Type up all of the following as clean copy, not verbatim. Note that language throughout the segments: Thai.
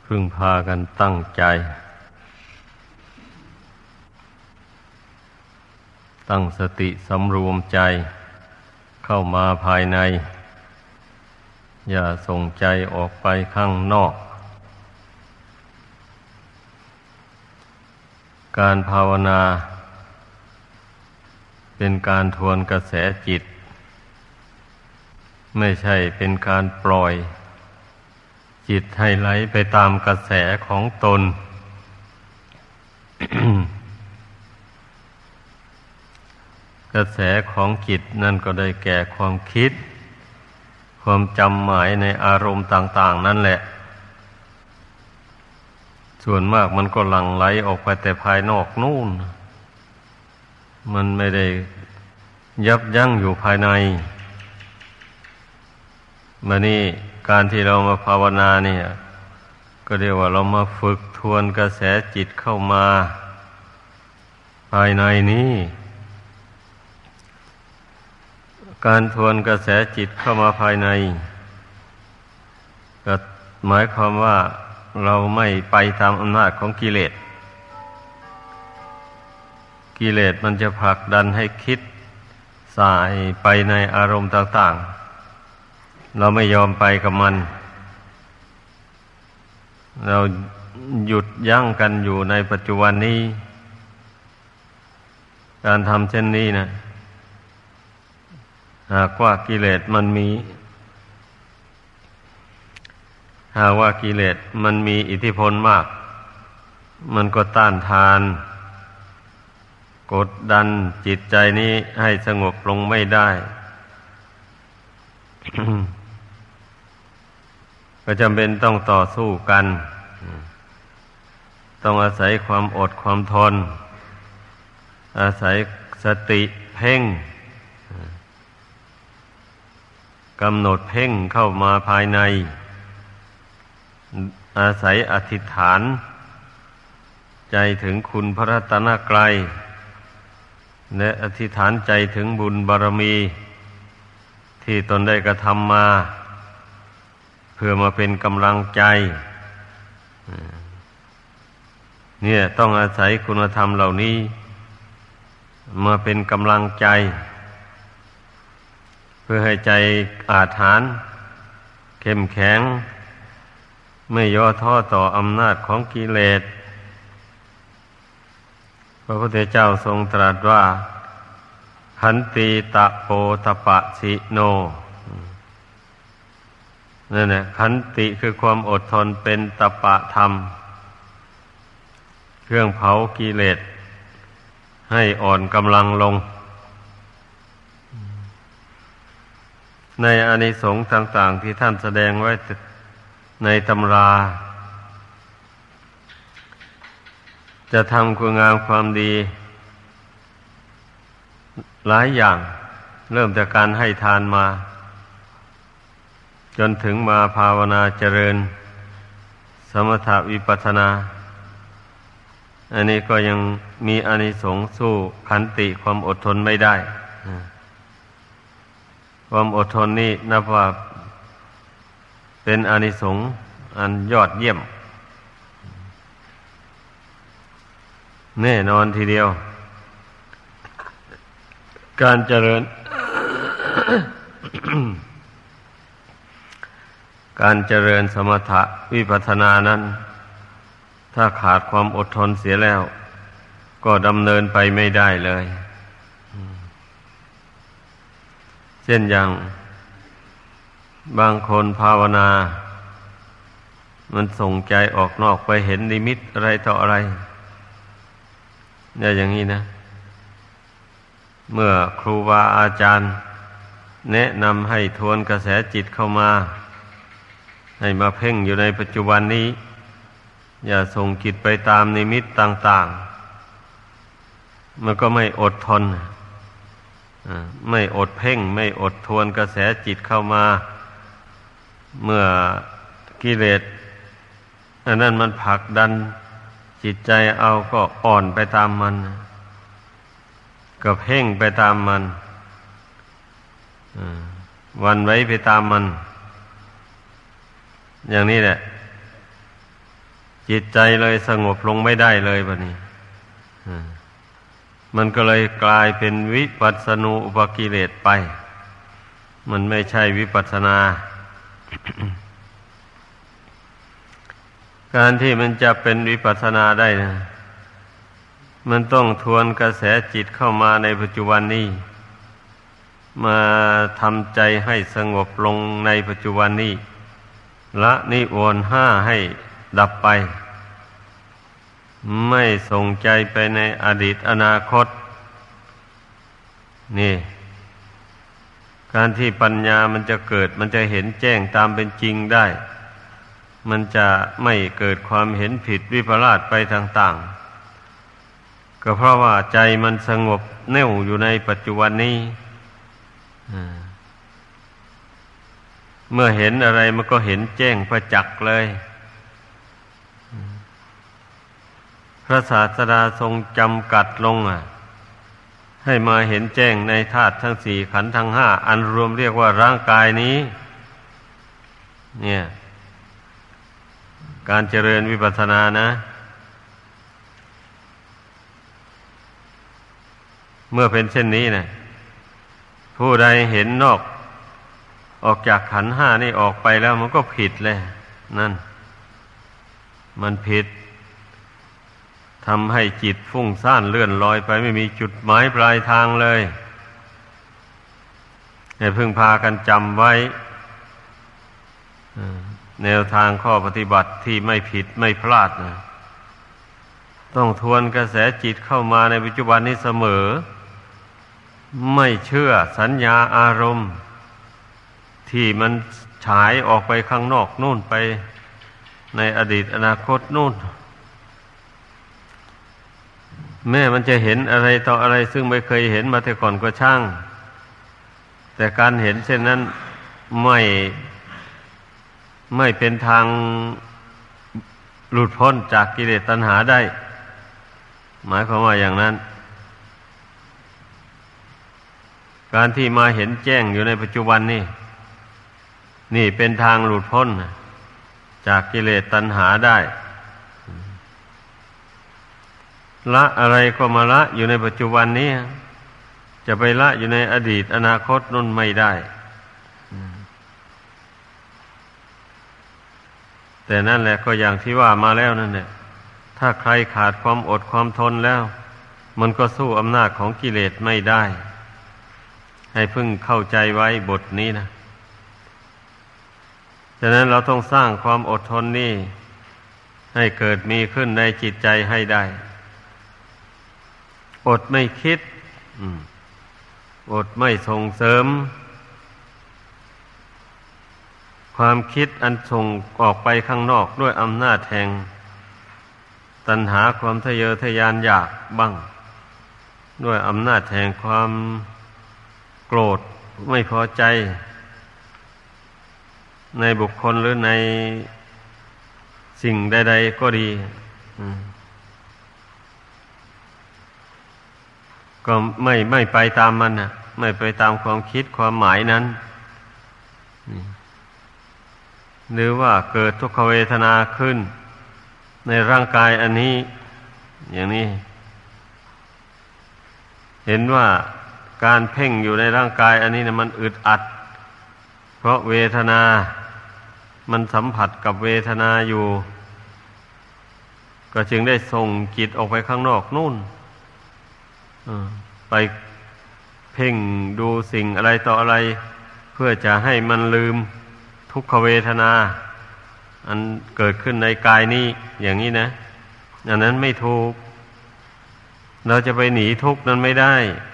พึ่งพากันตั้งใจตั้งสติสำรวมใจเข้ามาภายในอย่าส่งใจออกไปข้างนอกการภาวนาเป็นการทวนกระแสจิตไม่ใช่เป็นการปล่อยจิตให้ไหลไปตามกระแสของตน กระแสของจิตนั่นก็ได้แก่ความคิดความจำหมายในอารมณ์ต่างๆนั่นแหละส่วนมากมันก็หลั่งไหลออกไปแต่ภายนอกนู่นมันไม่ได้ยับยั้งอยู่ภายในมานี่การที่เรามาภาวนาเนี่ยก็เรียกว่าเรามาฝึกทวนกระแสจิตเข้ามาภายในนี้การทวนกระแสจิตเข้ามาภายในก็หมายความว่าเราไม่ไปตามอำนาจของกิเลสกิเลสมันจะผลักดันให้คิดสายไปในอารมณ์ต่างๆเราไม่ยอมไปกับมันเราหยุดยั้งกันอยู่ในปัจจุบันนี้การทำเช่นนี้นะหากว่ากิเลสมันมีอิทธิพลมากมันก็ต้านทานกดดันจิตใจนี้ให้สงบลงไม่ได้ ก็จำเป็นต้องต่อสู้กันต้องอาศัยความอดความทนอาศัยสติเพ่งกำหนดเพ่งเข้ามาภายในอาศัยอธิษฐานใจถึงคุณพระรัตนกรัยและอธิษฐานใจถึงบุญบารมีที่ตนได้กระทำมาเพื่อมาเป็นกำลังใจเนี่ยต้องอาศัยคุณธรรมเหล่านี้มาเป็นกำลังใจเพื่อให้ใจอาถรรพ์เข้มแข็งไม่ย่อท้อต่ออำนาจของกิเลสพระพุทธเจ้าทรงตรัสว่าขันติตะโปตปะสิโนนั่นแหละขันติคือความอดทนเป็นตปะธรรมเครื่องเผากิเลสให้อ่อนกำลังลงในอานิสงส์ต่างๆที่ท่านแสดงไว้ในตำราจะทำคุณงามความดีหลายอย่างเริ่มจากการให้ทานมาจนถึงมาภาวนาเจริญสมถะวิปัสสนาอันนี้ก็ยังมีอานิสงส์สู้ขันติความอดทนไม่ได้ความอดทนนี่นับว่าเป็นอานิสงส์อันยอดเยี่ยมแน่นอนทีเดียวการเจริญ การเจริญสมถะวิปัสสนานั้นถ้าขาดความอดทนเสียแล้วก็ดำเนินไปไม่ได้เลยเช่นอย่างบางคนภาวนามันส่งใจออกนอกไปเห็นนิมิตอะไรต่ออะไรเนี่ยอย่างนี้นะเมื่อครูบาอาจารย์แนะนำให้ทวนกระแสจิตเข้ามาให้มาเพ่งอยู่ในปัจจุบันนี้อย่าส่งจิตไปตามนิมิตต่างๆมันก็ไม่อดทนไม่อดเพ่งไม่อดทวนกระแสจิตเข้ามาเมื่อกิเลสอันนั้นมันผลักดันจิตใจเอาก็อ่อนไปตามมันก็เพ่งไปตามมันหวั่นไหวไปตามมันอย่างนี้แหละจิตใจเลยสงบลงไม่ได้เลยบัดนี้มันก็เลยกลายเป็นวิปัสสนูปกิเลสไปมันไม่ใช่วิปัสสนา การที่มันจะเป็นวิปัสสนาได้นะมันต้องทวนกระแสจิตเข้ามาในปัจจุบันนี้มาทำใจให้สงบลงในปัจจุบันนี้ละนิวรณ์ห้าให้ดับไปไม่ส่งใจไปในอดีตอนาคตนี่การที่ปัญญามันจะเกิดมันจะเห็นแจ้งตามเป็นจริงได้มันจะไม่เกิดความเห็นผิดวิปลาสไปต่างๆก็เพราะว่าใจมันสงบแน่วอยู่ในปัจจุบันนี้เมื่อเห็นอะไรมันก็เห็นแจ้งประจักษ์เลยพระศาสดาทรงจำกัดลงให้มาเห็นแจ้งในธาตุทั้งสี่ขันธ์ทั้งห้าอันรวมเรียกว่าร่างกายนี้เนี่ยการเจริญวิปัสสนานะเมื่อเป็นเช่นนี้นะผู้ใดเห็นนอกออกจากขันธ์ห้านี่ออกไปแล้วมันก็ผิดเลยนั่นมันผิดทำให้จิตฟุ้งซ่านเลื่อนลอยไปไม่มีจุดหมายปลายทางเลยให้พึงพากันจำไว้แนวทางข้อปฏิบัติที่ไม่ผิดไม่พลาดนะต้องทวนกระแสจิตเข้ามาในปัจจุบันนี้เสมอไม่เชื่อสัญญาอารมณ์ที่มันฉายออกไปข้างนอกนู่นไปในอดีตอนาคตนู่นแม้มันจะเห็นอะไรต่ออะไรซึ่งไม่เคยเห็นมาแต่ก่อนก็ช่างแต่การเห็นเช่นนั้นไม่เป็นทางหลุดพ้นจากกิเลสตัณหาได้หมายความว่าอย่างนั้นการที่มาเห็นแจ้งอยู่ในปัจจุบันนี่เป็นทางหลุดพ้นจากกิเลสตัณหาได้ละอะไรก็มาละอยู่ในปัจจุบันนี้จะไปละอยู่ในอดีตอนาคตนั่นไม่ได้แต่นั่นแหละก็อย่างที่ว่ามาแล้วนั่นแหละถ้าใครขาดความอดความทนแล้วมันก็สู้อำนาจของกิเลสไม่ได้ให้พึงเข้าใจไว้บทนี้นะฉะนั้นเราต้องสร้างความอดทนนี้ให้เกิดมีขึ้นในจิตใจให้ได้อดไม่คิดอดไม่ส่งเสริมความคิดอันส่งออกไปข้างนอกด้วยอำนาจแห่งตัณหาความทะเยอทะยานอยากบ้างด้วยอำนาจแห่งความโกรธไม่พอใจในบุคคลหรือในสิ่งใดๆก็ดีก็ไม่ไปตามมันนะไม่ไปตามความคิดความหมายนั้นหรือว่าเกิดทุกขเวทนาขึ้นในร่างกายอันนี้อย่างนี้เห็นว่าการเพ่งอยู่ในร่างกายอันนี้นะมันอึดอัดเพราะเวทนามันสัมผัสกับเวทนาอยู่ก็จึงได้ส่งจิตออกไปข้างนอกนู่นไปเพ่งดูสิ่งอะไรต่ออะไรเพื่อจะให้มันลืมทุกขเวทนาอันเกิดขึ้นในกายนี้อย่างนี้นะอันนั้นไม่ถูกเราจะไปหนีทุกข์นั้นไม่ได้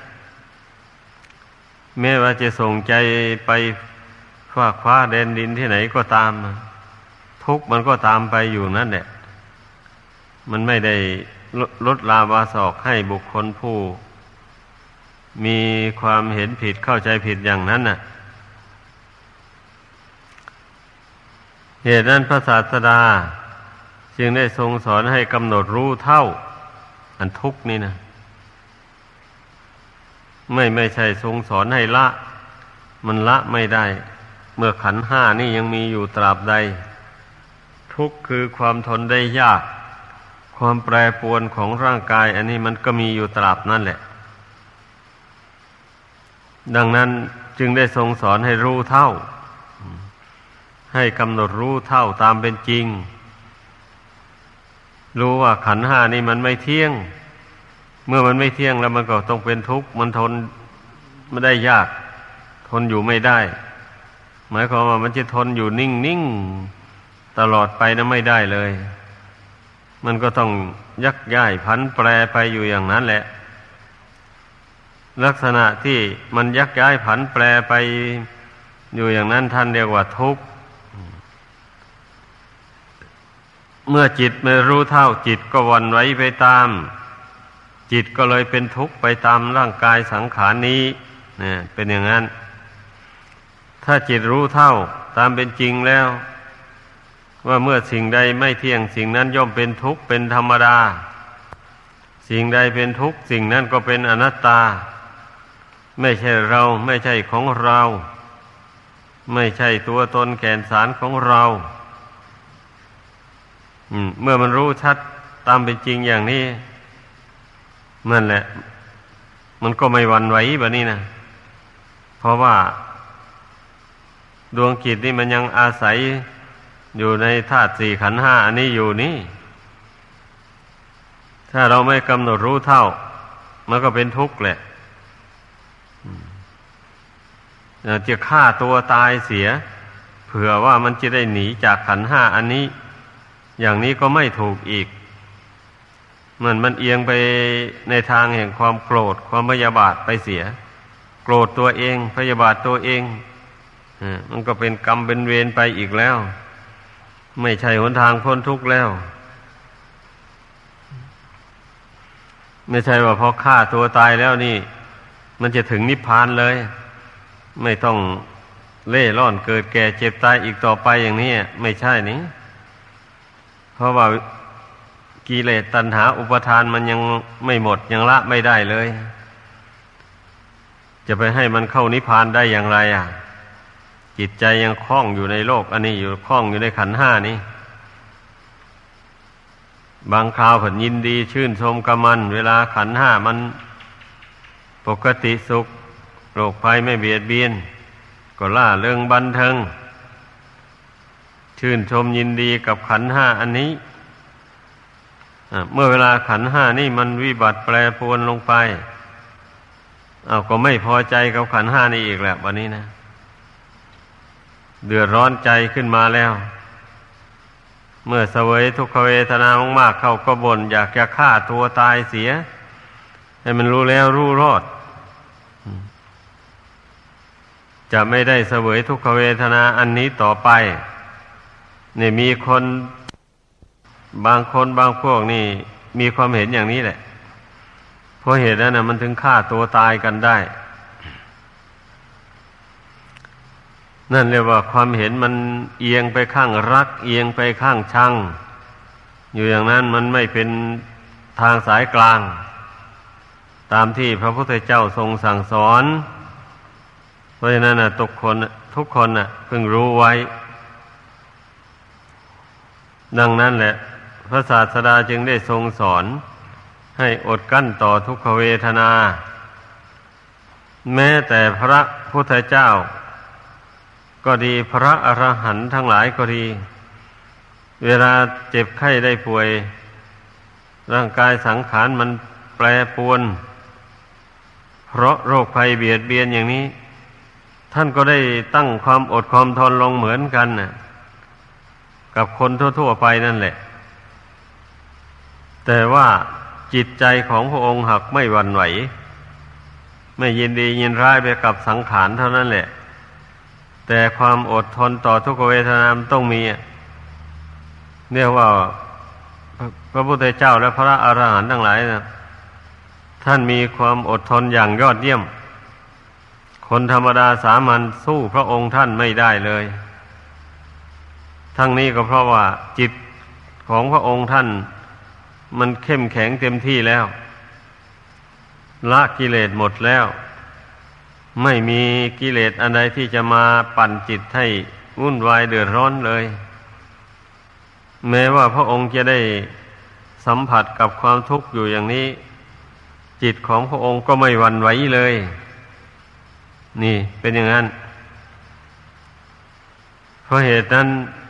แม้ว่าจะส่งใจไปฟากฟ้าแดนดินที่ไหนก็ตามทุกข์มันก็ตามไปอยู่นั่นแหละมันไม่ได้ลดลาวาสอกให้บุคคลผู้มีความเห็นผิดเข้าใจผิดอย่างนั้นน่ะเหตุนั้นพระศาสดาจึงได้ทรงสอนให้กำหนดรู้เท่าอันทุกข์นี่นะไม่ใช่ทรงสอนให้ละมันละไม่ได้เมื่อขันธ์ห้านี่ยังมีอยู่ตราบใดเพทุกข์คือความทนได้ยากความแปรปรวนของร่างกายอันนี้มันก็มีอยู่ตราบนั่นแหละดังนั้นจึงได้ทรงสอนให้รู้เท่าให้กำหนดรู้เท่าตามเป็นจริงรู้ว่าขันธ์ห้านี่มันไม่เที่ยงเมื่อมันไม่เที่ยงแล้วมันก็ต้องเป็นทุกข์มันทนไม่ได้ยากทนอยู่ไม่ได้หมายความว่ามันจะทนอยู่นิ่งๆตลอดไปนะไม่ได้เลยมันก็ต้องยักย้ายผันแปรไปอยู่อย่างนั้นแหละลักษณะที่มันยักย้ายผันแปรไปอยู่อย่างนั้นท่านเรียกว่าทุกข์เมื่อจิตไม่รู้เท่าจิตก็หวั่นไหวไปตามจิตก็เลยเป็นทุกข์ไปตามร่างกายสังขารนี้เนี่ยเป็นอย่างนั้นถ้าจิตรู้เท่าตามเป็นจริงแล้วว่าเมื่อสิ่งใดไม่เที่ยงสิ่งนั้นย่อมเป็นทุกข์เป็นธรรมดาสิ่งใดเป็นทุกข์สิ่งนั้นก็เป็นอนัตตาไม่ใช่เราไม่ใช่ของเราไม่ใช่ตัวตนแก่นสารของเราเมื่อมันรู้ชัดตามเป็นจริงอย่างนี้นั่นแหละมันก็ไม่หวั่นไหวแบบนี้นะเพราะว่าดวงจิตนี่มันยังอาศัยอยู่ในธาตุสี่ขันธ์ห้าอันนี้อยู่นี่ถ้าเราไม่กำหนดรู้เท่ามันก็เป็นทุกข์แหละจะฆ่าตัวตายเสียเผื่อว่ามันจะได้หนีจากขันธ์ห้าอันนี้อย่างนี้ก็ไม่ถูกอีกมันเอียงไปในทางแห่งความโกรธความพยาบาทไปเสียโกรธตัวเองพยาบาทตัวเองมันก็เป็นกรรมเป็นเวรไปอีกแล้วไม่ใช่หนทางพ้นทุกข์แล้วไม่ใช่ว่าพอฆ่าตัวตายแล้วนี่มันจะถึงนิพพานเลยไม่ต้องเล่ร่อนเกิดแก่เจ็บตายอีกต่อไปอย่างนี้ไม่ใช่นี่เพราะว่ากิเลสตัณหาอุปทานมันยังไม่หมดยังละไม่ได้เลยจะไปให้มันเข้านิพพานได้อย่างไรจิตใจยังคล้องอยู่ในโลกอันนี้อยู่คล้องอยู่ในขันธ์ห้านี้บางคราวผลยินดีชื่นชมกับมันเวลาขันธ์ห้ามันปกติสุขโรคภัยไม่เบียดเบียนก็ล่าเริงบันเทิงชื่นชมยินดีกับขันธ์ห้าอันนี้เมื่อเวลาขันธ์ห้านี่มันวิบัติแปรปรวนลงไปก็ไม่พอใจกับขันธ์ห้านี่อีกแล้ววันนี้นะเดือดร้อนใจขึ้นมาแล้วเมื่อเสวยทุกขเวทนามากๆเข้าก็บ่นอยากจะฆ่าตัวตายเสียให้มันรู้แล้วรู้รอดจะไม่ได้เสวยทุกขเวทนาอันนี้ต่อไปนี่มีคนบางคนบางพวกนี่มีความเห็นอย่างนี้แหละเพราะเหตุนั้นมันถึงฆ่าตัวตายกันได้นั่นเรียกว่าความเห็นมันเอียงไปข้างรักเอียงไปข้างชังอยู่อย่างนั้นมันไม่เป็นทางสายกลางตามที่พระพุทธเจ้าทรงสั่งสอนเพราะฉะนั้นทุกคนพึงรู้ไว้ดังนั้นแหละพระศาสดาจึงได้ทรงสอนให้อดกลั้นต่อทุกขเวทนาแม้แต่พระพุทธเจ้าก็ดีพระอรหันต์ทั้งหลายก็ดีเวลาเจ็บไข้ได้ป่วยร่างกายสังขารมันแปรปรวนเพราะโรคภัยเบียดเบียนอย่างนี้ท่านก็ได้ตั้งความอดความทนลงเหมือนกันกับคนทั่วๆไปนั่นแหละแต่ว่าจิตใจของพระองค์หากไม่หวั่นไหวไม่ยินดียินร้ายไปกับสังขารเท่านั้นแหละแต่ความอดทนต่อทุกขเวทนาต้องมีเรียกว่าพระพุทธเจ้าและพระอรหันต์ทั้งหลายท่านมีความอดทนอย่างยอดเยี่ยมคนธรรมดาสามัญสู้พระองค์ท่านไม่ได้เลยทั้งนี้ก็เพราะว่าจิตของพระองค์ท่านมันเข้มแข็งเต็มที่แล้วละกิเลสหมดแล้วไม่มีกิเลสอันใดที่จะมาปั่นจิตให้วุ่นวายเดือดร้อนเลยแม้ว่าพระองค์จะได้สัมผัสกับความทุกข์อยู่อย่างนี้จิตของพระองค์ก็ไม่หวั่นไหวเลยนี่เป็นอย่างนั้นเพราะเหตุนั้น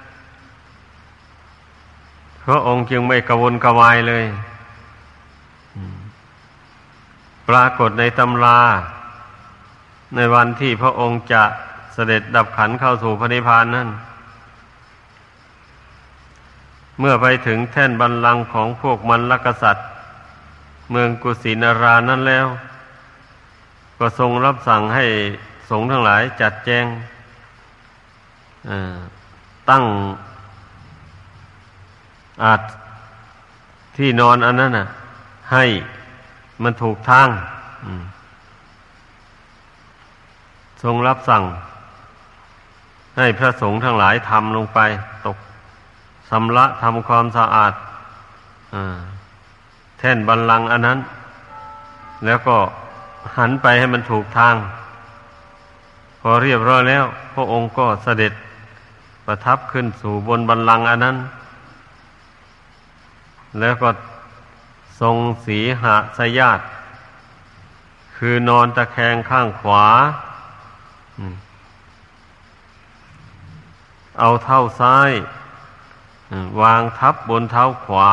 พระองค์จึงไม่กระวนกระวายเลยปรากฏในตำราในวันที่พระองค์จะเสด็จดับขันธ์เข้าสู่พระนิพพานนั้นเมื่อไปถึงแท่นบัลลังก์ของพวกมัลลกษัตริย์เมืองกุสินารานั้นแล้วก็ทรงรับสั่งให้สงฆ์ทั้งหลายจัดแจงตั้งที่นอนอันนั้นน่ะให้มันถูกทางทรงรับสั่งให้พระสงฆ์ทั้งหลายทำลงไปตกชำระทำความสะอาดแท่นบัลลังก์อันนั้นแล้วก็หันไปให้มันถูกทางพอเรียบร้อยแล้วพระองค์ก็เสด็จประทับขึ้นสู่บนบัลลังก์อันนั้นแล้วก็ทรงสีหสยาสน์คือนอนตะแคงข้างขวาเอาเท้าซ้ายวางทับบนเท้าขวา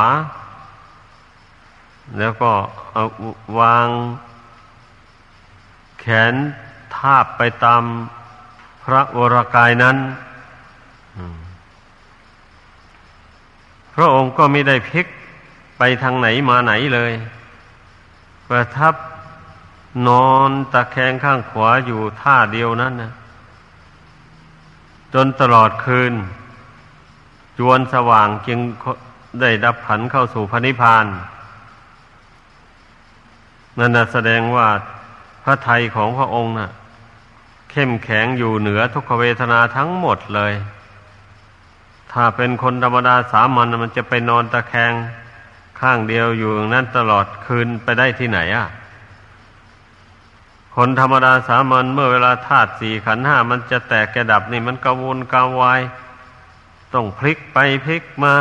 แล้วก็เอาวางแขนทาบไปตามพระวรกายนั้นพระองค์ก็ไม่ได้พลิกไปทางไหนมาไหนเลยประทับนอนตะแคงข้างขวาอยู่ท่าเดียวนั้นนะจนตลอดคืนจวนสว่างจึงได้ดับขันธ์เข้าสู่พระนิพพานนั่นน่ะแสดงว่าพระทัยของพระองค์น่ะเข้มแข็งอยู่เหนือทุกขเวทนาทั้งหมดเลยถ้าเป็นคนธรรมดาสามัญมันจะไปนอนตะแคงข้างเดียวอยู่อย่างนั้นตลอดคืนไปได้ที่ไหนอ่ะคนธรรมดาสามัญเมื่อเวลาธาตุสี่ขันธ์ห้ามันจะแตกแกดับนี่มันกระวนกระวายต้องพลิกไปพลิกมา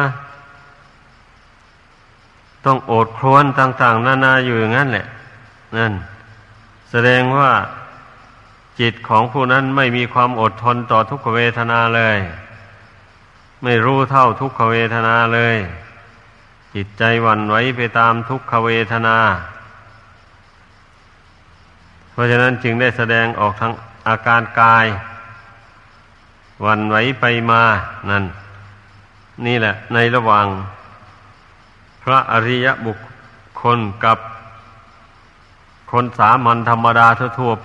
ต้องโอดครวญต่างๆนานาอยู่อย่างนั้นแหละนั่นแสดงว่าจิตของผู้นั้นไม่มีความอดทนต่อทุกขเวทนาเลยไม่รู้เท่าทุกขเวทนาเลยจิตใจหวั่นไหวไปตามทุกขเวทนาเพราะฉะนั้นจึงได้แสดงออกทางอาการกายหวั่นไหวไปมานั่นนี่แหละในระหว่างพระอริยบุคคลกับคนสามัญธรรมดาทั่วๆไป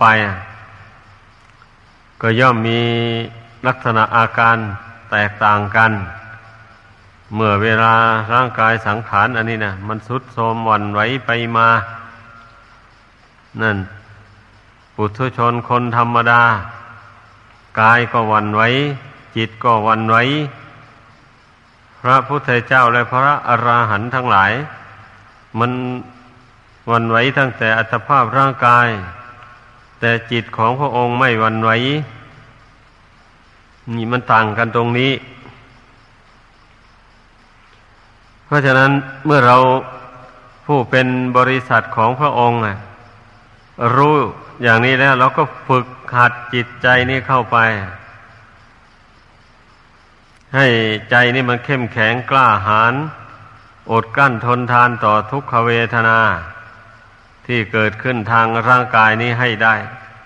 ก็ย่อมมีลักษณะอาการแตกต่างกันเมื่อเวลาร่างกายสังขารอันนี้นะมันทรุดโทรมหวั่นไหวไปมานั่นปุถุชนคนธรรมดากายก็หวั่นไหวจิตก็หวั่นไหวพระพุทธเจ้าและพระอรหันต์ทั้งหลายมันหวั่นไหวตั้งแต่อัตภาพร่างกายแต่จิตของพระองค์ไม่หวั่นไหวนี่มันต่างกันตรงนี้เพราะฉะนั้นเมื่อเราผู้เป็นบริษัทของพระองค์รู้อย่างนี้แล้วเราก็ฝึกหัดจิตใจนี้เข้าไปให้ใจนี่มันเข้มแข็งกล้าหาญอดกลั้นทนทานต่อทุกขเวทนาที่เกิดขึ้นทางร่างกายนี้ให้ได้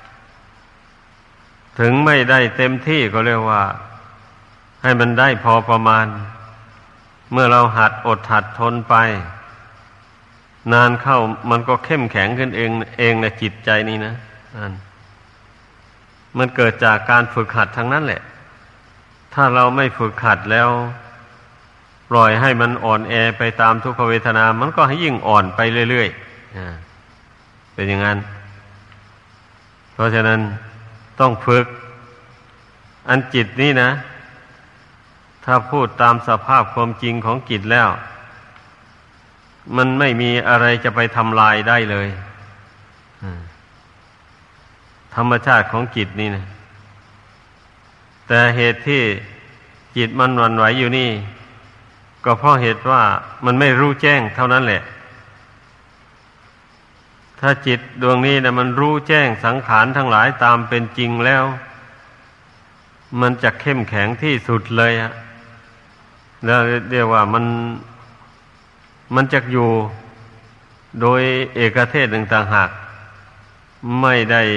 ถึงไม่ได้เต็มที่ก็เรียกว่าให้มันได้พอประมาณเมื่อเราหัดอดหัดทนไปนานเข้ามันก็เข้มแข็งขึ้นเองในจิตใจนี้นะนั่นมันเกิดจากการฝึกหัดทั้งนั้นแหละถ้าเราไม่ฝึกหัดแล้วปล่อยให้มันอ่อนแอไปตามทุกขเวทนามันก็ให้ยิ่งอ่อนไปเรื่อยๆเป็นอย่างนั้นเพราะฉะนั้นต้องฝึกอันจิตนี้นะถ้าพูดตามสภาพความจริงของจิตแล้วมันไม่มีอะไรจะไปทำลายได้เลยธรรมชาติของจิตนี่นะแต่เหตุที่จิตมันหวั่นไหวอยู่นี่ก็เพราะเหตุว่ามันไม่รู้แจ้งเท่านั้นแหละถ้าจิตดวงนี้นะมันรู้แจ้งสังขารทั้งหลายตามเป็นจริงแล้วมันจะเข้มแข็งที่สุดเลยฮะแล้วเรียกว่ามันจะอยู่โดยเอกเทศหนึ่งต่างหากไม่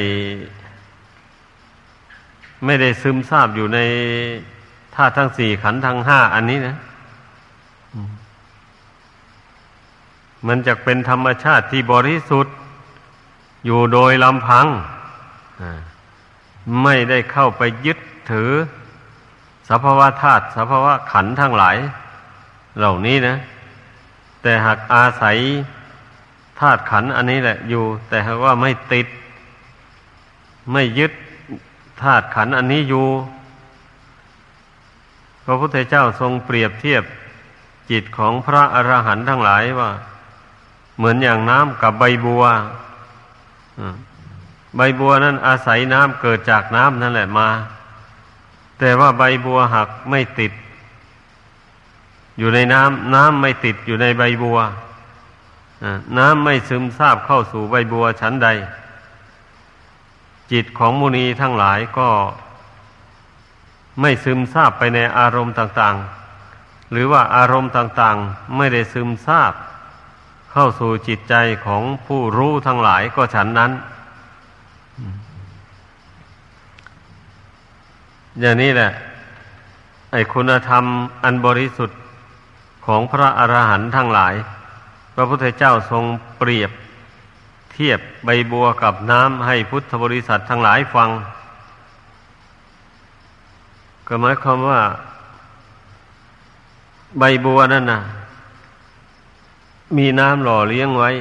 ได้ซึมซาบอยู่ในธาตุทั้งสี่ขันธ์ทั้งห้าอันนี้นะมันจะเป็นธรรมชาติที่บริสุทธิ์อยู่โดยลำพังไม่ได้เข้าไปยึดถือสภาวะธาตุสภาวะขันธ์ทั้งหลายเหล่านี้นะแต่หากอาศัยธาตุขันธ์อันนี้แหละอยู่แต่หากว่าไม่ติดไม่ยึดธาตุขันธ์อันนี้อยู่พระพุทธเจ้าทรงเปรียบเทียบจิตของพระอรหันต์ทั้งหลายว่าเหมือนอย่างน้ำกับใบบัวใบบัวนั้นอาศัยน้ำเกิดจากน้ำนั่นแหละมาแต่ว่าใบบัวหากไม่ติดอยู่ในน้ำไม่ติดอยู่ในใบบัวน้ำไม่ซึมซาบเข้าสู่ใบบัวชั้นใดจิตของมุนีทั้งหลายก็ไม่ซึมซาบไปในอารมณ์ต่างๆหรือว่าอารมณ์ต่างๆไม่ได้ซึมซาบเข้าสู่จิตใจของผู้รู้ทั้งหลายก็ฉันนั้นอย่างนี้แหละไอ้คุณธรรมอันบริสุทธิ์ของพระอรหันต์ทั้งหลายพระพุทธเจ้าทรงเปรียบเทียบใบบัวกับน้ำให้พุทธบริษัททั้งหลายฟังก็หมายความว่าใบบัวนั่นน่ะมีน้ำหล่อเลี้ยงไว้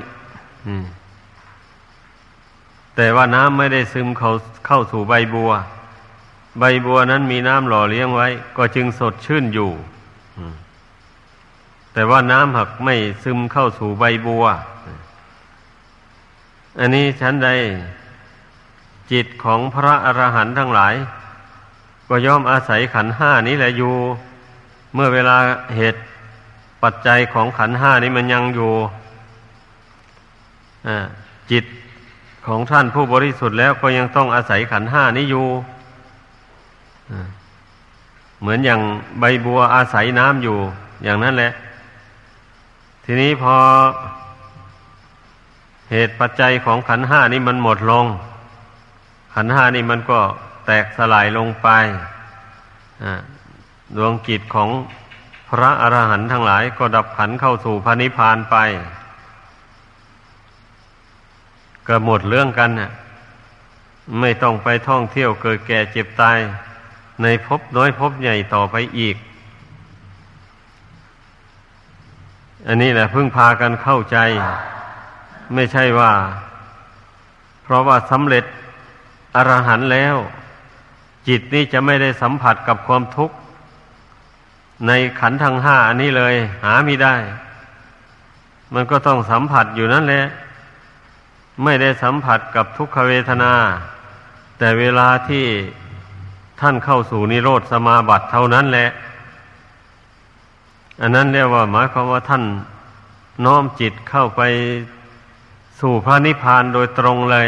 แต่ว่าน้ำไม่ได้ซึมเข้าสู่ใบบัวใบบัวนั้นมีน้ำหล่อเลี้ยงไว้ก็จึงสดชื่นอยู่แต่ว่าน้ำหากไม่ซึมเข้าสู่ใบบัวอันนี้ชั้นใดจิตของพระอรหันต์ทั้งหลายก็ย่อมอาศัยขันธ์ห้านี้แหละอยู่เมื่อเวลาเหตุปัจจัยของขันธ์ห้านี้มันยังอยู่จิตของท่านผู้บริสุทธิ์แล้วก็ยังต้องอาศัยขันธ์ห้านี้อยู่เหมือนอย่างใบบัวอาศัยน้ำอยู่อย่างนั้นแหละทีนี้พอเหตุปัจจัยของขันธ์ห้านี้มันหมดลงขันธ์ห้านี้มันก็แตกสลายลงไปดวงจิตของพระอรหันต์ทั้งหลายก็ดับขันธ์เข้าสู่พระนิพพานไปก็หมดเรื่องกันน่ะไม่ต้องไปท่องเที่ยวเกิดแก่เจ็บตายในภพน้อยภพใหญ่ต่อไปอีกอันนี้แหละพึ่งพากันเข้าใจไม่ใช่ว่าเพราะว่าสำเร็จอรหันต์แล้วจิตนี้จะไม่ได้สัมผัสกับความทุกข์ในขันธ์ทั้งห้าอันนี้เลยหาไม่ได้มันก็ต้องสัมผัสอยู่นั่นแหละไม่ได้สัมผัสกับทุกขเวทนาแต่เวลาที่ท่านเข้าสู่นิโรธสมาบัติเท่านั้นแหละอันนั้นเรียกว่าหมายความว่าท่านน้อมจิตเข้าไปสู่พระนิพพานโดยตรงเลย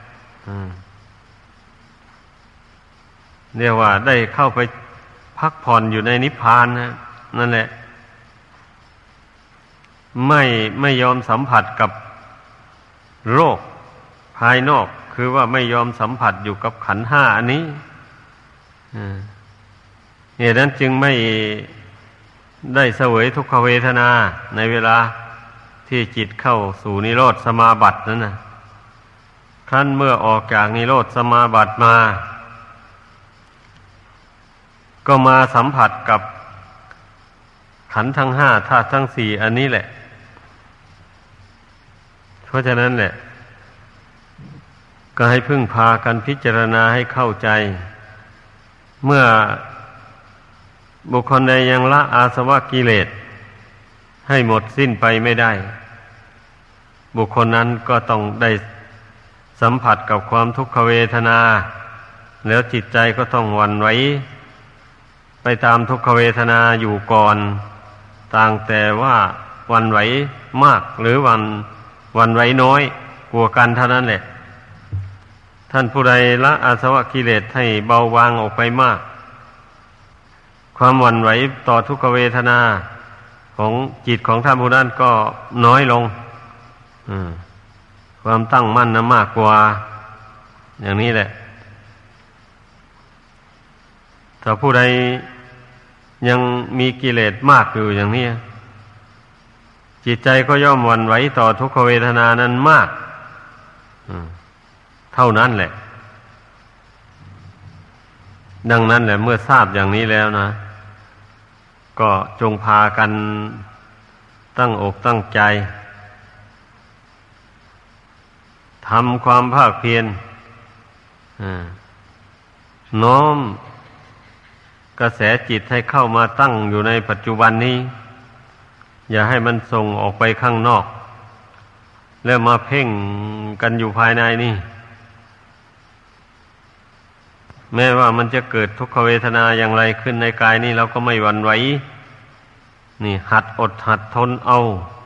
เรียกว่าได้เข้าไปพักผ่อนอยู่ในนิพพานนั่นแหละไม่ยอมสัมผัสกับโรคภายนอกคือว่าไม่ยอมสัมผัสอยู่กับขันธ์ห้าอันนี้เหตุนั้นจึงไม่ได้เสวยทุกขเวทนาในเวลาที่จิตเข้าสู่นิโรธสมาบัตินั้นนะครั้นเมื่อออกจากนิโรธสมาบัติมาก็มาสัมผัสกับขันธ์ทั้งห้าธาตุทั้งสี่อันนี้แหละเพราะฉะนั้นแหละก็ให้พึ่งพากันพิจารณาให้เข้าใจเมื่อบุคคลใดยังละอาสวะกิเลสให้หมดสิ้นไปไม่ได้บุคคลนั้นก็ต้องได้สัมผัสกับความทุกขเวทนาแล้วจิตใจก็ต้องหวั่นไหวไปตามทุกขเวทนาอยู่ก่อนต่างแต่ว่าหวั่นไหวมากหรือหวั่นไหวน้อยกลัวกันเท่านั้นแหละท่านผู้ใดละอาสวะกิเลสให้เบาบางออกไปมากความหวั่นไหวต่อทุกขเวทนาของจิตของท่านผู้นั้นก็น้อยลงความตั้งมั่นนะมากกว่าอย่างนี้แหละถ้าผู้ใดยังมีกิเลสมากอยู่อย่างนี้จิตใจก็ย่อมหวั่นไหวต่อทุกขเวทนานั้นมากเท่านั้นแหละดังนั้นแหละเมื่อทราบอย่างนี้แล้วนะก็จงพากันตั้งอกตั้งใจทำความภาคเพียรน้อมกระแสจิตให้เข้ามาตั้งอยู่ในปัจจุบันนี้อย่าให้มันส่งออกไปข้างนอกแล้วมาเพ่งกันอยู่ภายในนี่แม้ว่ามันจะเกิดทุกขเวทนาอย่างไรขึ้นในกายนี่เราก็ไม่หวั่นไหวนี่หัดอดหัดทนเอา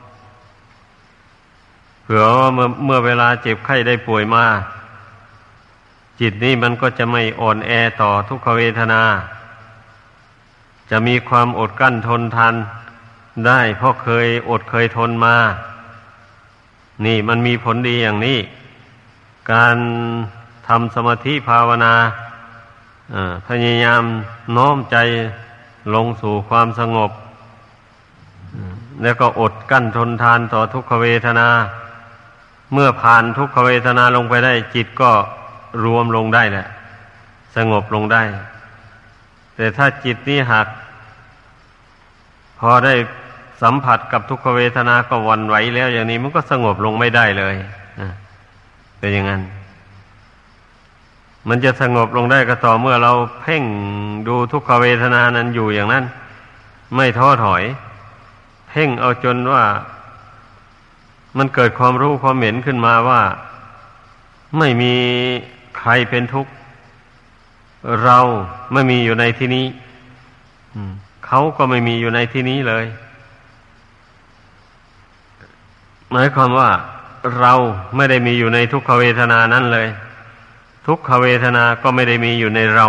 เผื่อว่าเมื่อเวลาเจ็บไข้ได้ป่วยมาจิตนี่มันก็จะไม่อ่อนแอต่อทุกขเวทนาจะมีความอดกลั้นทนทานได้เพราะเคยอดเคยทนมานี่มันมีผลดีอย่างนี้การทำสมาธิภาวนาพยายามน้อมใจลงสู่ความสงบแล้วก็อดกลั้นทนทานต่อทุกขเวทนาเมื่อผ่านทุกขเวทนาลงไปได้จิตก็รวมลงได้แหละสงบลงได้แต่ถ้าจิตนี้หากพอได้สัมผัสกับทุกขเวทนาก็หวั่นไหวแล้วอย่างนี้มันก็สงบลงไม่ได้เลยเป็นอย่างนั้นมันจะสงบลงได้ก็ต่อเมื่อเราเพ่งดูทุกขเวทนานั้นอยู่อย่างนั้นไม่ท้อถอยเพ่งเอาจนว่ามันเกิดความรู้ความเห็นขึ้นมาว่าไม่มีใครเป็นทุกข์เราไม่มีอยู่ในที่นี้เขาก็ไม่มีอยู่ในที่นี้เลยหมายความว่าเราไม่ได้มีอยู่ในทุกขเวทนานั้นเลยทุกขเวทนาก็ไม่ได้มีอยู่ในเรา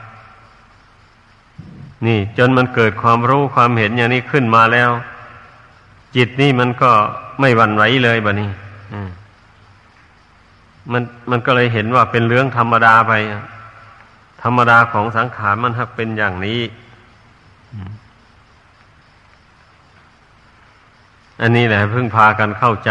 นี่จนมันเกิดความรู้ความเห็นอย่างนี้ขึ้นมาแล้วจิตนี่มันก็ไม่หวั่นไหวเลยบัดนี้มันก็เลยเห็นว่าเป็นเรื่องธรรมดาไปธรรมดาของสังขารมันหักเป็นอย่างนี้อันนี้แหละเพิ่งพากันเข้าใจ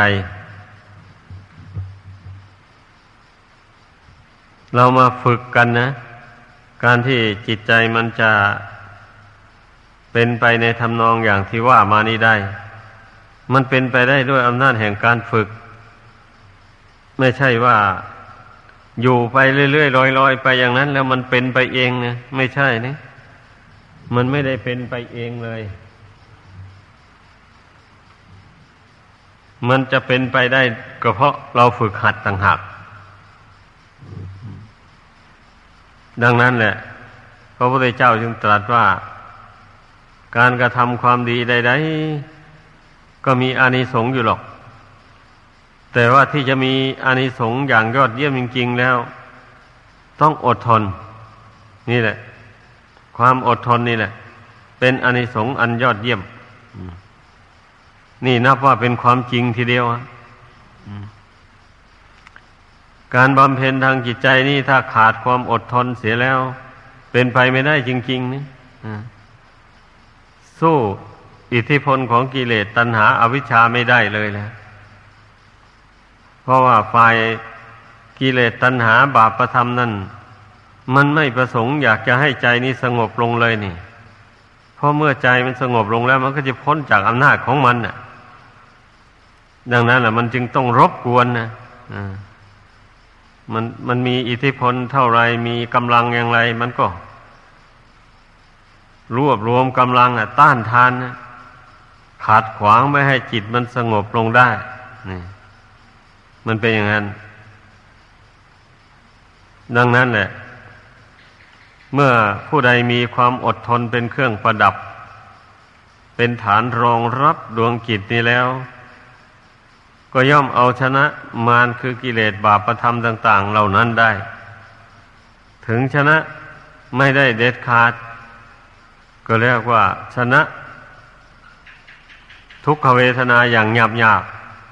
เรามาฝึกกันนะการที่จิตใจมันจะเป็นไปในทำนองอย่างที่ว่ามานี้ได้มันเป็นไปได้ด้วยอำนาจแห่งการฝึกไม่ใช่ว่าอยู่ไปเรื่อยๆลอยๆไปอย่างนั้นแล้วมันเป็นไปเองนะไม่ใช่นะมันไม่ได้เป็นไปเองเลยมันจะเป็นไปได้ก็เพราะเราฝึกหัดต่างหากดังนั้นแหละพระพุทธเจ้าจึงตรัสว่าการกระทำความดีใดๆก็มีอานิสงส์อยู่หรอกแต่ว่าที่จะมีอานิสงส์อย่างยอดเยี่ยมจริงๆแล้วต้องอดทนนี่แหละความอดทนนี่แหละเป็นอานิสงส์อันยอดเยี่ยมนี่นับว่าเป็นความจริงทีเดียวการบำเพ็ญทางจิตใจนี่ถ้าขาดความอดทนเสียแล้วเป็นไปไม่ได้จริงๆนี่สู้อิทธิพลของกิเลสตัณหาอวิชชาไม่ได้เลยแหละเพราะว่าฝ่ายกิเลสตัณหาบาปธรรมนั่นมันไม่ประสงค์อยากจะให้ใจนี้สงบลงเลยนี่เพราะเมื่อใจมันสงบลงแล้วมันก็จะพ้นจากอำนาจของมันน่ะดังนั้นแหละมันจึงต้องรบกวนนะมันมีอิทธิพลเท่าไรมีกำลังอย่างไรมันก็รวบรวมกำลังต้านทานนะขัดขวางไม่ให้จิตมันสงบลงได้นี่มันเป็นอย่างนั้นดังนั้นแหละเมื่อผู้ใดมีความอดทนเป็นเครื่องประดับเป็นฐานรองรับดวงจิตนี้แล้วก็ย่อมเอาชนะมารคือกิเลสบาปธรรมต่างๆเหล่านั้นได้ถึงชนะไม่ได้เด็ดขาดก็เรียกว่าชนะทุกขเวทนาอย่างหยาบ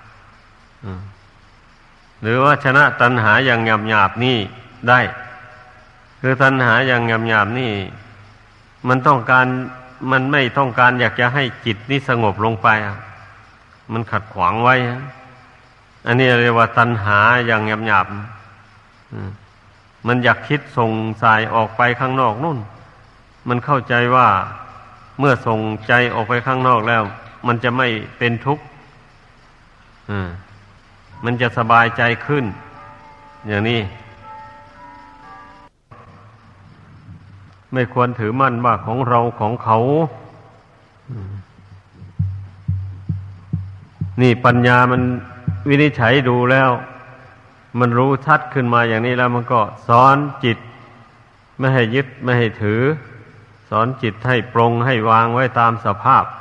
ๆหรือว่าชนะตัณหาอย่างหยาบๆนี่ได้คือตัณหาอย่างหยาบๆนี่มันไม่ต้องการอยากจะให้จิตนี่สงบลงไปมันขัดขวางไว้อันนี้เรียกว่าตัณหาอย่างหยาบๆมันอยากคิดส่งสายออกไปข้างนอกนู่นมันเข้าใจว่าเมื่อส่งใจออกไปข้างนอกแล้วมันจะไม่เป็นทุกข์มันจะสบายใจขึ้นอย่างนี้ไม่ควรถือมั่นว่าของเราของเขานี่ปัญญามันวินิจฉัยดูแล้วมันรู้ชัดขึ้นมาอย่างนี้แล้วมันก็สอนจิตไม่ให้ยึดไม่ให้ถือสอนจิตให้ปรงให้วางไว้ตามสภาพ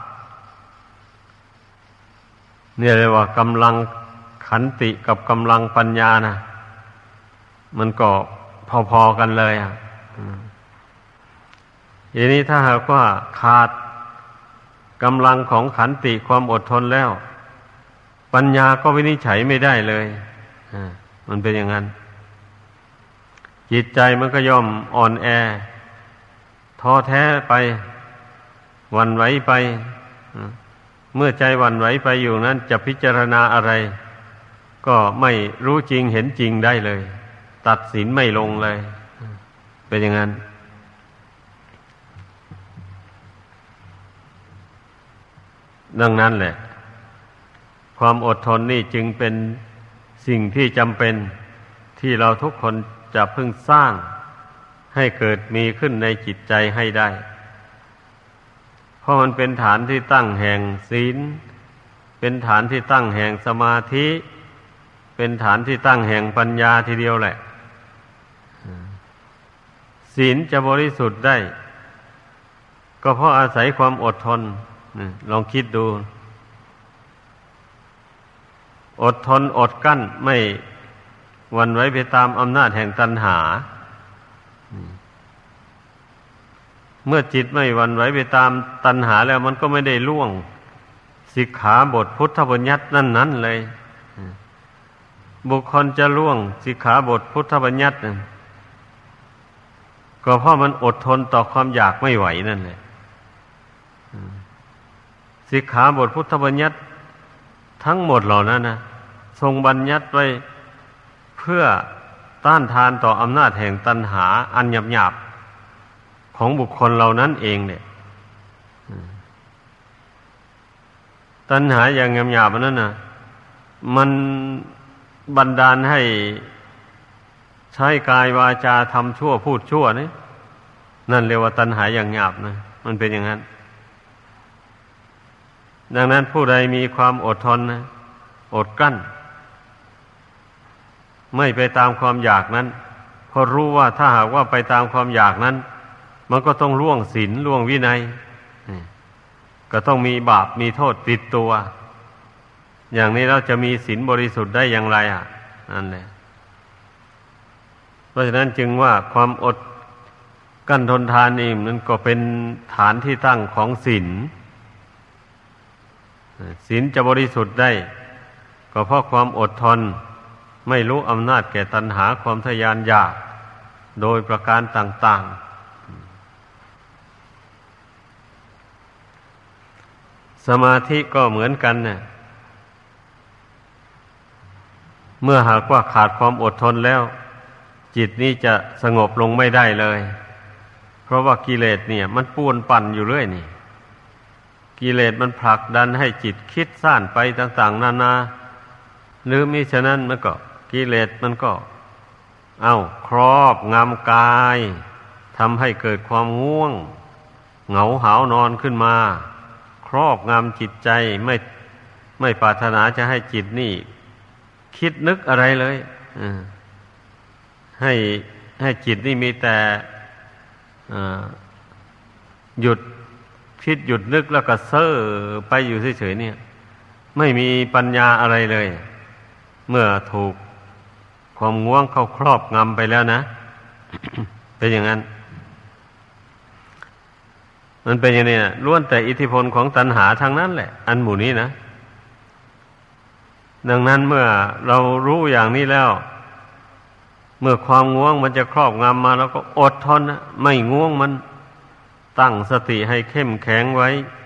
เนี่ยเรียกว่ากำลังขันติกับกำลังปัญญานะมันก็พอๆกันเลยทีนี้ถ้าหากว่าขาดกำลังของขันติความอดทนแล้วปัญญาก็วินิจฉัยไม่ได้เลยมันเป็นอย่างนั้นจิตใจมันก็ย่อมอ่อนแอท้อแท้ไปหวั่นไหวไปเมื่อใจหวั่นไหวไปอยู่นั้นจะพิจารณาอะไรก็ไม่รู้จริงเห็นจริงได้เลยตัดสินไม่ลงเลยเป็นอย่างนั้นดังนั้นแหละความอดทนนี่จึงเป็นสิ่งที่จำเป็นที่เราทุกคนจะพึงสร้างให้เกิดมีขึ้นในจิตใจให้ได้เพราะมันเป็นฐานที่ตั้งแห่งศีลเป็นฐานที่ตั้งแห่งสมาธิเป็นฐานที่ตั้งแห่งปัญญาทีเดียวแหละศีลจะบริสุทธิ์ได้ก็เพราะอาศัยความอดทนลองคิดดูอดทนอดกั้นไม่หวั่นไหวไปตามอำนาจแห่งตัณหาเมื่อจิตไม่หวั่นไหวไปตามตัณหาแล้วมันก็ไม่ได้ล่วงสิกขาบทพุทธบัญญัตินั้นเลยบุคคลจะล่วงสิกขาบทพุทธบัญญัติก็เพราะมันอดทนต่อความอยากไม่ไหวนั่นแหละสิกขาบทพุทธบัญญัติทั้งหมดเหล่านั้นนะทรงบัญญัติไว้เพื่อต้านทานต่ออำนาจแห่งตัณหาอันหยาบๆของบุคคลเหล่านั้นเองเนี่ยตัณหาอย่างหยาบๆนั้นนะมันบันดาลให้ใช้กายวาจาทำชั่วพูดชั่วนี่นั่นเรียกว่าตัณหาอย่างหยาบนะมันเป็นอย่างนั้นดังนั้นผู้ใดมีความอดทนนะอดกลั้นไม่ไปตามความอยากนั้นเพราะรู้ว่าถ้าหากว่าไปตามความอยากนั้นมันก็ต้องล่วงศีลล่วงวินัยก็ต้องมีบาปมีโทษติดตัวอย่างนี้เราจะมีศีลบริสุทธิ์ได้อย่างไรนั่นแหละเพราะฉะนั้นจึงว่าความอดกั้นทนทานนี่มันก็เป็นฐานที่ตั้งของศีลศีลจะบริสุทธิ์ได้ก็เพราะความอดทนไม่รู้อำนาจแก่ตัณหาความทยานอยากโดยประการต่างๆสมาธิก็เหมือนกันเนี่ยเมื่อหากว่าขาดความอดทนแล้วจิตนี้จะสงบลงไม่ได้เลยเพราะว่ากิเลสเนี่ยมันป่วนปั่นอยู่เรื่อยนี่กิเลสมันผลักดันให้จิตคิดซ่านไปต่างๆนานาหรือมิฉะนั้นมันก็กิเลสมันก็ครอบงำกายทำให้เกิดความง่วงเหงาหาวนอนขึ้นมาครอบงำจิตใจไม่ปรารถนาจะให้จิตนี่คิดนึกอะไรเลยให้จิตนี่มีแต่หยุดคิดหยุดนึกแล้วก็เซ่อไปอยู่เฉยๆเนี่ยไม่มีปัญญาอะไรเลย เมื่อถูกความง่วงเข้าครอบงำไปแล้วนะ เป็นอย่างนั้นมันเป็นอย่างนี้นะล้วนแต่อิทธิพลของตัณหาทางนั้นแหละอันหมู่นี้นะดังนั้นเมื่อเรารู้อย่างนี้แล้วเมื่อความง่วงมันจะครอบงำมาแล้วก็อดทนนะไม่ง่วงมันตั้งสติให้เข้มแข็งไว้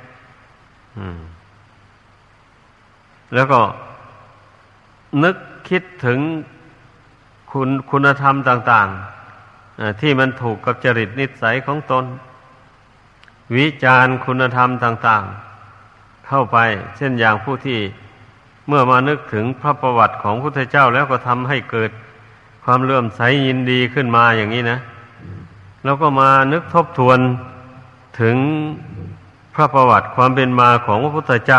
แล้วก็นึกคิดถึงคุณธรรมต่างๆที่มันถูกกับจริตนิสัยของตนวิจารณ์คุณธรรมต่างๆเข้าไปเช่นอย่างผู้ที่เมื่อมานึกถึงพระประวัติของพระพุทธเจ้าแล้วก็ทำให้เกิดความเลื่อมใสยินดีขึ้นมาอย่างนี้นะแล้วก็มานึกทบทวนถึงพระประวัติความเป็นมาของพระพุทธเจ้า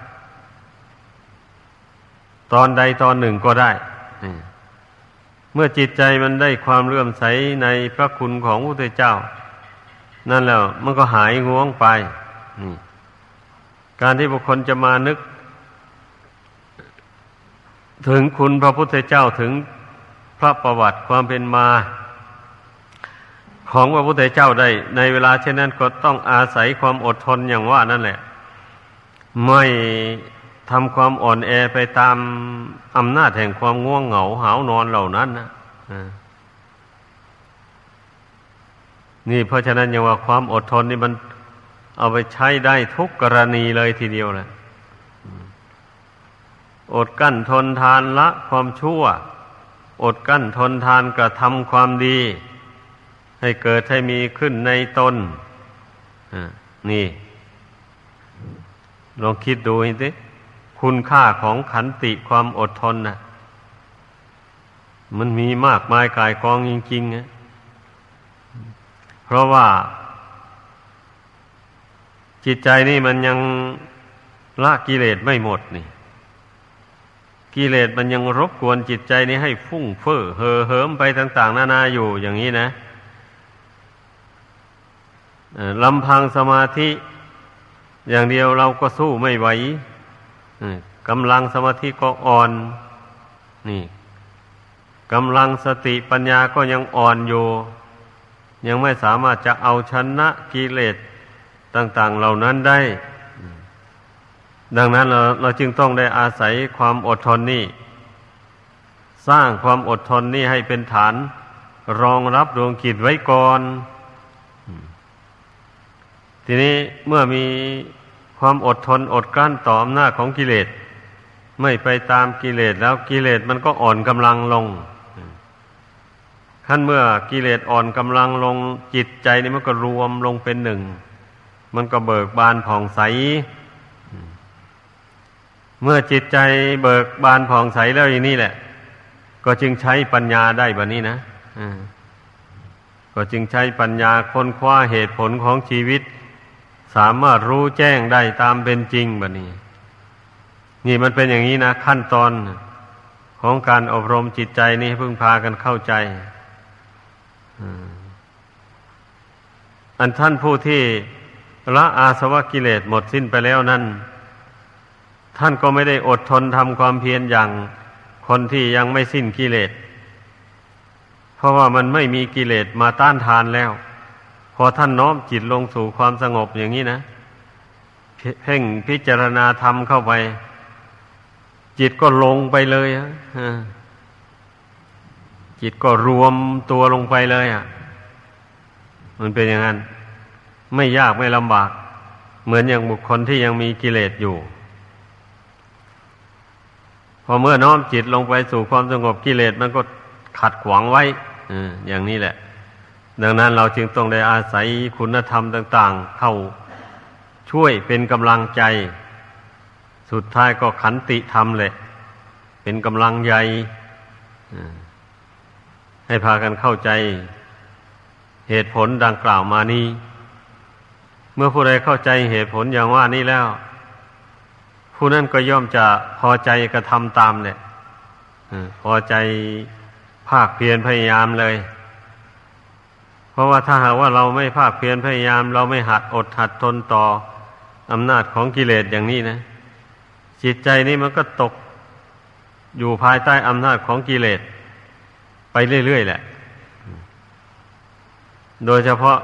ตอนใดตอนหนึ่งก็ได้เมื่อจิตใจมันได้ความเลื่อมใสในพระคุณของพระพุทธเจ้านั่นแล้วมันก็หายง่วงไปการที่บุคคลจะมานึกถึงคุณพระพุทธเจ้าถึงพระประวัติความเป็นมาของพระพุทธเจ้าได้ในเวลาเช่นนั้นก็ต้องอาศัยความอดทนอย่างว่านั่นแหละไม่ทำความอ่อนแอไปตามอำนาจแห่งความง่วงเหงาหาวนอนเหล่านั้นนะนี่เพราะฉะนั้นอย่างว่าความอดทนนี่มันเอาไปใช้ได้ทุกกรณีเลยทีเดียวแหละอดกั้นทนทานละความชั่วอดกั้นทนทานกระทำความดีให้เกิดให้มีขึ้นในตนนี่ลองคิดดูสิคุณค่าของขันติความอดทนนะมันมีมากมายกายกองจริงๆนะเพราะว่าจิตใจนี่มันยังละกิเลสไม่หมดนี่กิเลสมันยังรบกวนจิตใจนี้ให้ฟุ้งเฟ้อเห่อเหิมไปต่างๆนานาอยู่อย่างนี้นะลำพังสมาธิอย่างเดียวเราก็สู้ไม่ไหวกำลังสมาธิก็อ่อนนี่กำลังสติปัญญาก็ยังอ่อนอยู่ยังไม่สามารถจะเอาชนะกิเลสต่างๆเหล่านั้นได้ดังนั้นเราจึงต้องได้อาศัยความอดทนนี่สร้างความอดทนนี่ให้เป็นฐานรองรับดวงจิตไว้ก่อนทีนี้เมื่อมีความอดทนอดกลั้นต่ออำนาจของกิเลสไม่ไปตามกิเลสแล้วกิเลสมันก็อ่อนกำลังลงขั้นเมื่อกิเลสอ่อนกำลังลงจิตใจนี่มันก็รวมลงเป็นหนึ่งมันก็เบิกบานผ่องใสเมื่อจิตใจเบิกบานผ่องใสแล้วอย่างนี้แหละก็จึงใช้ปัญญาได้แบบนี้นะก็จึงใช้ปัญญาค้นคว้าเหตุผลของชีวิตสามารถรู้แจ้งได้ตามเป็นจริงแบบนี้นี่มันเป็นอย่างนี้นะขั้นตอนของการอบรมจิตใจนี่เพิ่งพากันเข้าใจอันท่านผู้ที่ละอาสวะกิเลสหมดสิ้นไปแล้วนั้นท่านก็ไม่ได้อดทนทำความเพียรอย่างคนที่ยังไม่สิ้นกิเลสเพราะว่ามันไม่มีกิเลสมาต้านทานแล้วพอท่านน้อมจิตลงสู่ความสงบอย่างนี้นะเพ่งพิจารณาธรรมเข้าไปจิตก็ลงไปเลยจิตก็รวมตัวลงไปเลยมันเป็นอย่างนั้นไม่ยากไม่ลำบากเหมือนอย่างบุคคลที่ยังมีกิเลสอยู่พอเมื่อน้อมจิตลงไปสู่ความสงบกิเลสมันก็ขัดขวางไว้อย่างนี้แหละดังนั้นเราจึงต้องได้อาศัยคุณธรรมต่างๆเข้าช่วยเป็นกำลังใจสุดท้ายก็ขันติธรรมแหละเป็นกำลังใหญ่ให้พากันเข้าใจเหตุผลดังกล่าวมานี้เมื่อผู้ใดเข้าใจเหตุผลอย่างว่านี้แล้วผู้นั้นก็ย่อมจะพอใจกระทำตามเนี่ยพอใจภาคเพียรพยายามเลยเพราะว่าถ้าหากว่าเราไม่ภาคเพียรพยายามเราไม่หัดอดหัดทนต่ออำนาจของกิเลสอย่างนี้นะจิตใจนี้มันก็ตกอยู่ภายใต้อำนาจของกิเลสไปเรื่อยๆแหละโดยเฉพาะ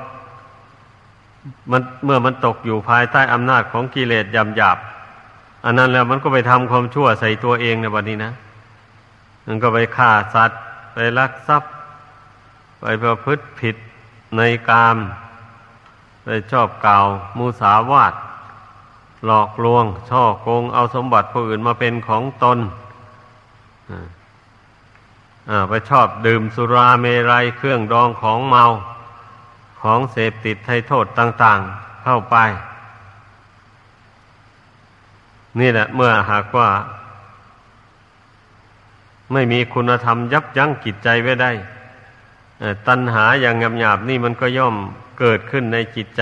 เมื่อมันตกอยู่ภายใต้อำนาจของกิเลสหยาบๆอันนั้นแล้วมันก็ไปทำความชั่วใส่ตัวเองในวันนี้นะมันก็ไปฆ่าสัตว์ไปลักทรัพย์ไปประพฤติผิดในกามไปชอบกล่าวมุสาวาทหลอกลวงช่อโกงเอาสมบัติผู้อื่นมาเป็นของตนไปชอบดื่มสุราเมรัยเครื่องดองของเมาของเสพติดให้โทษต่างๆเข้าไปนี่แหละเมื่อหากว่าไม่มีคุณธรรมยับยั้งจิตใจไว้ได้ตัณหาอย่างหยาบๆนี่มันก็ย่อมเกิดขึ้นในจิตใจ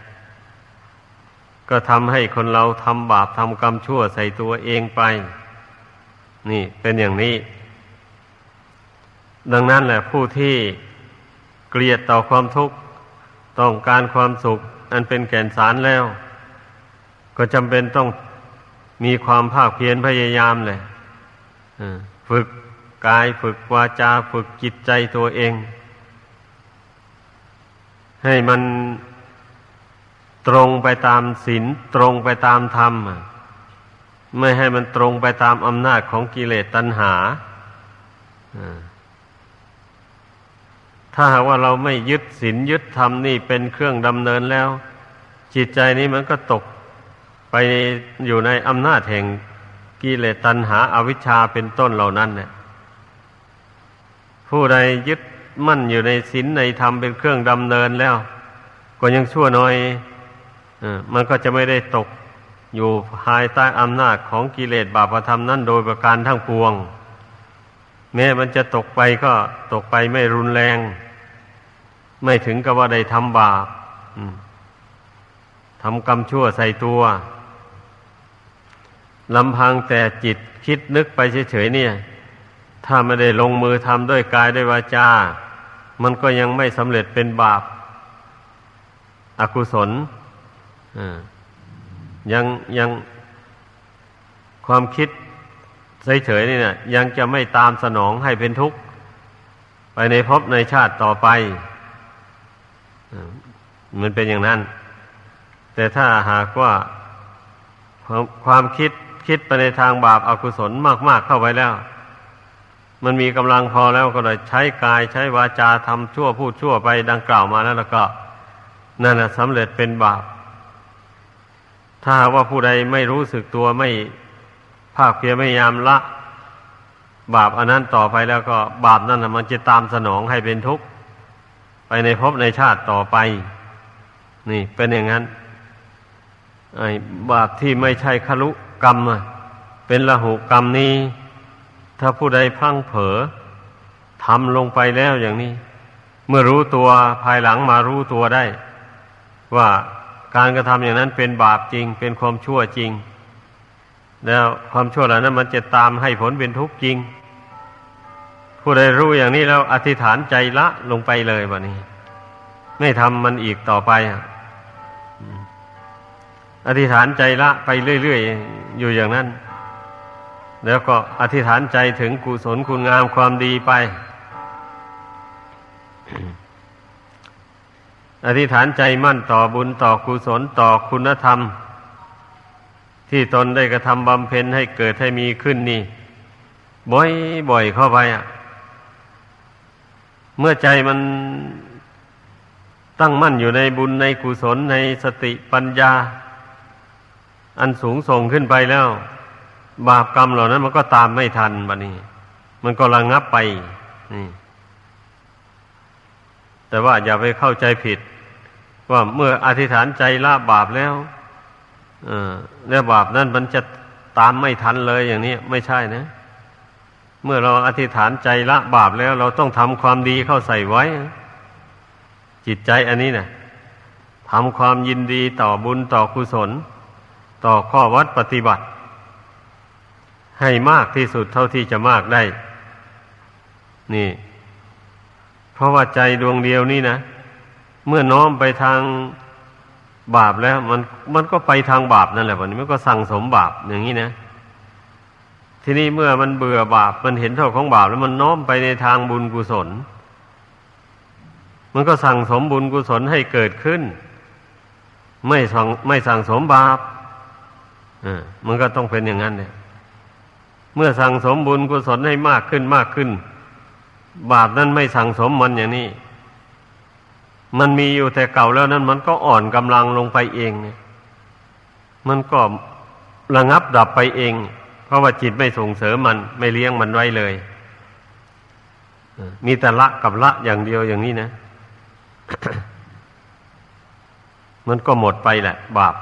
ก็ทำให้คนเราทำบาปทำกรรมชั่วใส่ตัวเองไปนี่เป็นอย่างนี้ดังนั้นแหละผู้ที่เกลียดต่อความทุกข์ต้องการความสุขอันเป็นแก่นสารแล้วก็จำเป็นต้องมีความภาคเพียรพยายามเลยฝึกกายฝึกวาจาฝึกจิตใจตัวเองให้มันตรงไปตามศีลตรงไปตามธรรมไม่ให้มันตรงไปตามอำนาจของกิเลสตัณหาถ้าหากว่าเราไม่ยึดศีลยึดธรรมนี่เป็นเครื่องดำเนินแล้วจิตใจนี้มันก็ตกไปอยู่ในอำนาจแห่งกิเลสตัณหาอวิชชาเป็นต้นเหล่านั้นเนี่ยผู้ใดยึดมั่นอยู่ในศีลในธรรมเป็นเครื่องดำเนินแล้วก็ยังชั่วน้อยมันก็จะไม่ได้ตกอยู่ภายใต้อำนาจของกิเลสบาปธรรมนั้นโดยประการทั้งปวงแม้มันจะตกไปก็ตกไปไม่รุนแรงไม่ถึงกับว่าได้ทำบาปทำกรรมชั่วใส่ตัวลำพังแต่จิตคิดนึกไปเฉยๆเนี่ยถ้าไม่ได้ลงมือทำด้วยกายด้วยวาจามันก็ยังไม่สำเร็จเป็นบาปอกุศลยังความคิดเฉยๆนี่เนี่ยยังจะไม่ตามสนองให้เป็นทุกข์ไปในภพในชาติต่อไปมันเป็นอย่างนั้นแต่ถ้าหากว่าความคิดไปในทางบาปอกุศลมากๆเข้าไปแล้วมันมีกำลังพอแล้วก็เลยใช้กายใช้วาจาทำชั่วพูดชั่วไปดังกล่าวมาแล้วก็นั่นแหละสำเร็จเป็นบาปถ้าว่าผู้ใดไม่รู้สึกตัวไม่ภาคเพียรพยายามละบาปอันนั้นต่อไปแล้วก็บาปนั่นมันจะตามสนองให้เป็นทุกข์ไปในภพในชาติต่อไปนี่เป็นอย่างนั้นไอ้บาปที่ไม่ใช่คลุกรรมเป็นละหุกรรมนี้ถ้าผู้ใดพลั้งเผลอทำลงไปแล้วอย่างนี้เมื่อรู้ตัวภายหลังมารู้ตัวได้ว่าการกระทำอย่างนั้นเป็นบาปจริงเป็นความชั่วจริงแล้วความชั่วเหล่านั้นมันจะตามให้ผลเป็นทุกข์จริงผู้ใดรู้อย่างนี้แล้วอธิษฐานใจละลงไปเลยบัดนี้ไม่ทำมันอีกต่อไปอธิษฐานใจละไปเรื่อยๆอยู่อย่างนั้นแล้วก็อธิษฐานใจถึงกุศลคุณงามความดีไปอธิษฐานใจมั่นต่อบุญต่อกุศลต่อคุณธรรมที่ตนได้กระทำบำเพ็ญให้เกิดให้มีขึ้นนี่บ่อยๆเข้าไปเมื่อใจมันตั้งมั่นอยู่ในบุญในกุศลในสติปัญญาอันสูงส่งขึ้นไปแล้วบาปกรรมเหล่านั้นมันก็ตามไม่ทันบัดนี้มันก็ระงับไปนี่แต่ว่าอย่าไปเข้าใจผิดว่าเมื่ออธิษฐานใจละบาปแล้วแล้วบาปนั้นมันจะตามไม่ทันเลยอย่างนี้ไม่ใช่นะเมื่อเราอธิษฐานใจละบาปแล้วเราต้องทำความดีเข้าใส่ไว้จิตใจอันนี้นะทำความยินดีต่อบุญต่อกุศลต่อข้อวัดปฏิบัติให้มากที่สุดเท่าที่จะมากได้นี่เพราะว่าใจดวงเดียวนี่นะเมื่อน้อมไปทางบาปแล้วมันก็ไปทางบาปนั่นแหละวันนี้มันก็สั่งสมบาปอย่างนี้นะทีนี้เมื่อมันเบื่อบาปมันเห็นโทษของบาปแล้วมันน้อมไปในทางบุญกุศลมันก็สั่งสมบุญกุศลให้เกิดขึ้นไม่สั่งสมบาปมันก็ต้องเป็นอย่างนั้นเนี่ยเมื่อสั่งสมบุญกุศลให้มากขึ้นมากขึ้นบาปนั้นไม่สั่งสมมันอย่างนี้มันมีอยู่แต่เก่าแล้วนั้นมันก็อ่อนกำลังลงไปเองเนี่ยมันก็ระงับดับไปเองเพราะว่าจิตไม่ส่งเสริมมันไม่เลี้ยงมันไว้เลยมีแต่ละกับละอย่างเดียวอย่างนี้นะ มันก็หมดไปแหละบาป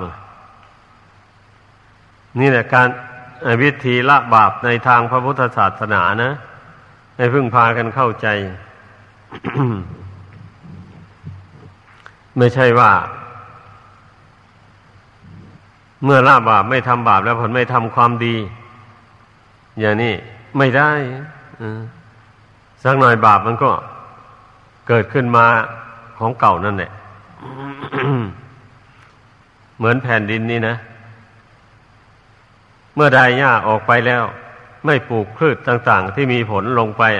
นี่แหละการวิธีละบาปในทางพระพุทธศาสนานะให้พึ่งพากันเข้าใจ ไม่ใช่ว่าเมื่อละบาปไม่ทำบาปแล้วผลไม่ทำความดีอย่างนี้ไม่ได้สักหน่อยบาปมันก็เกิดขึ้นมาของเก่านั่นแหละ เหมือนแผ่นดินนี่นะเมื่อได้หญ้าออกไปแล้วไม่ปลูกพืชต่างๆที่มีผลลงไป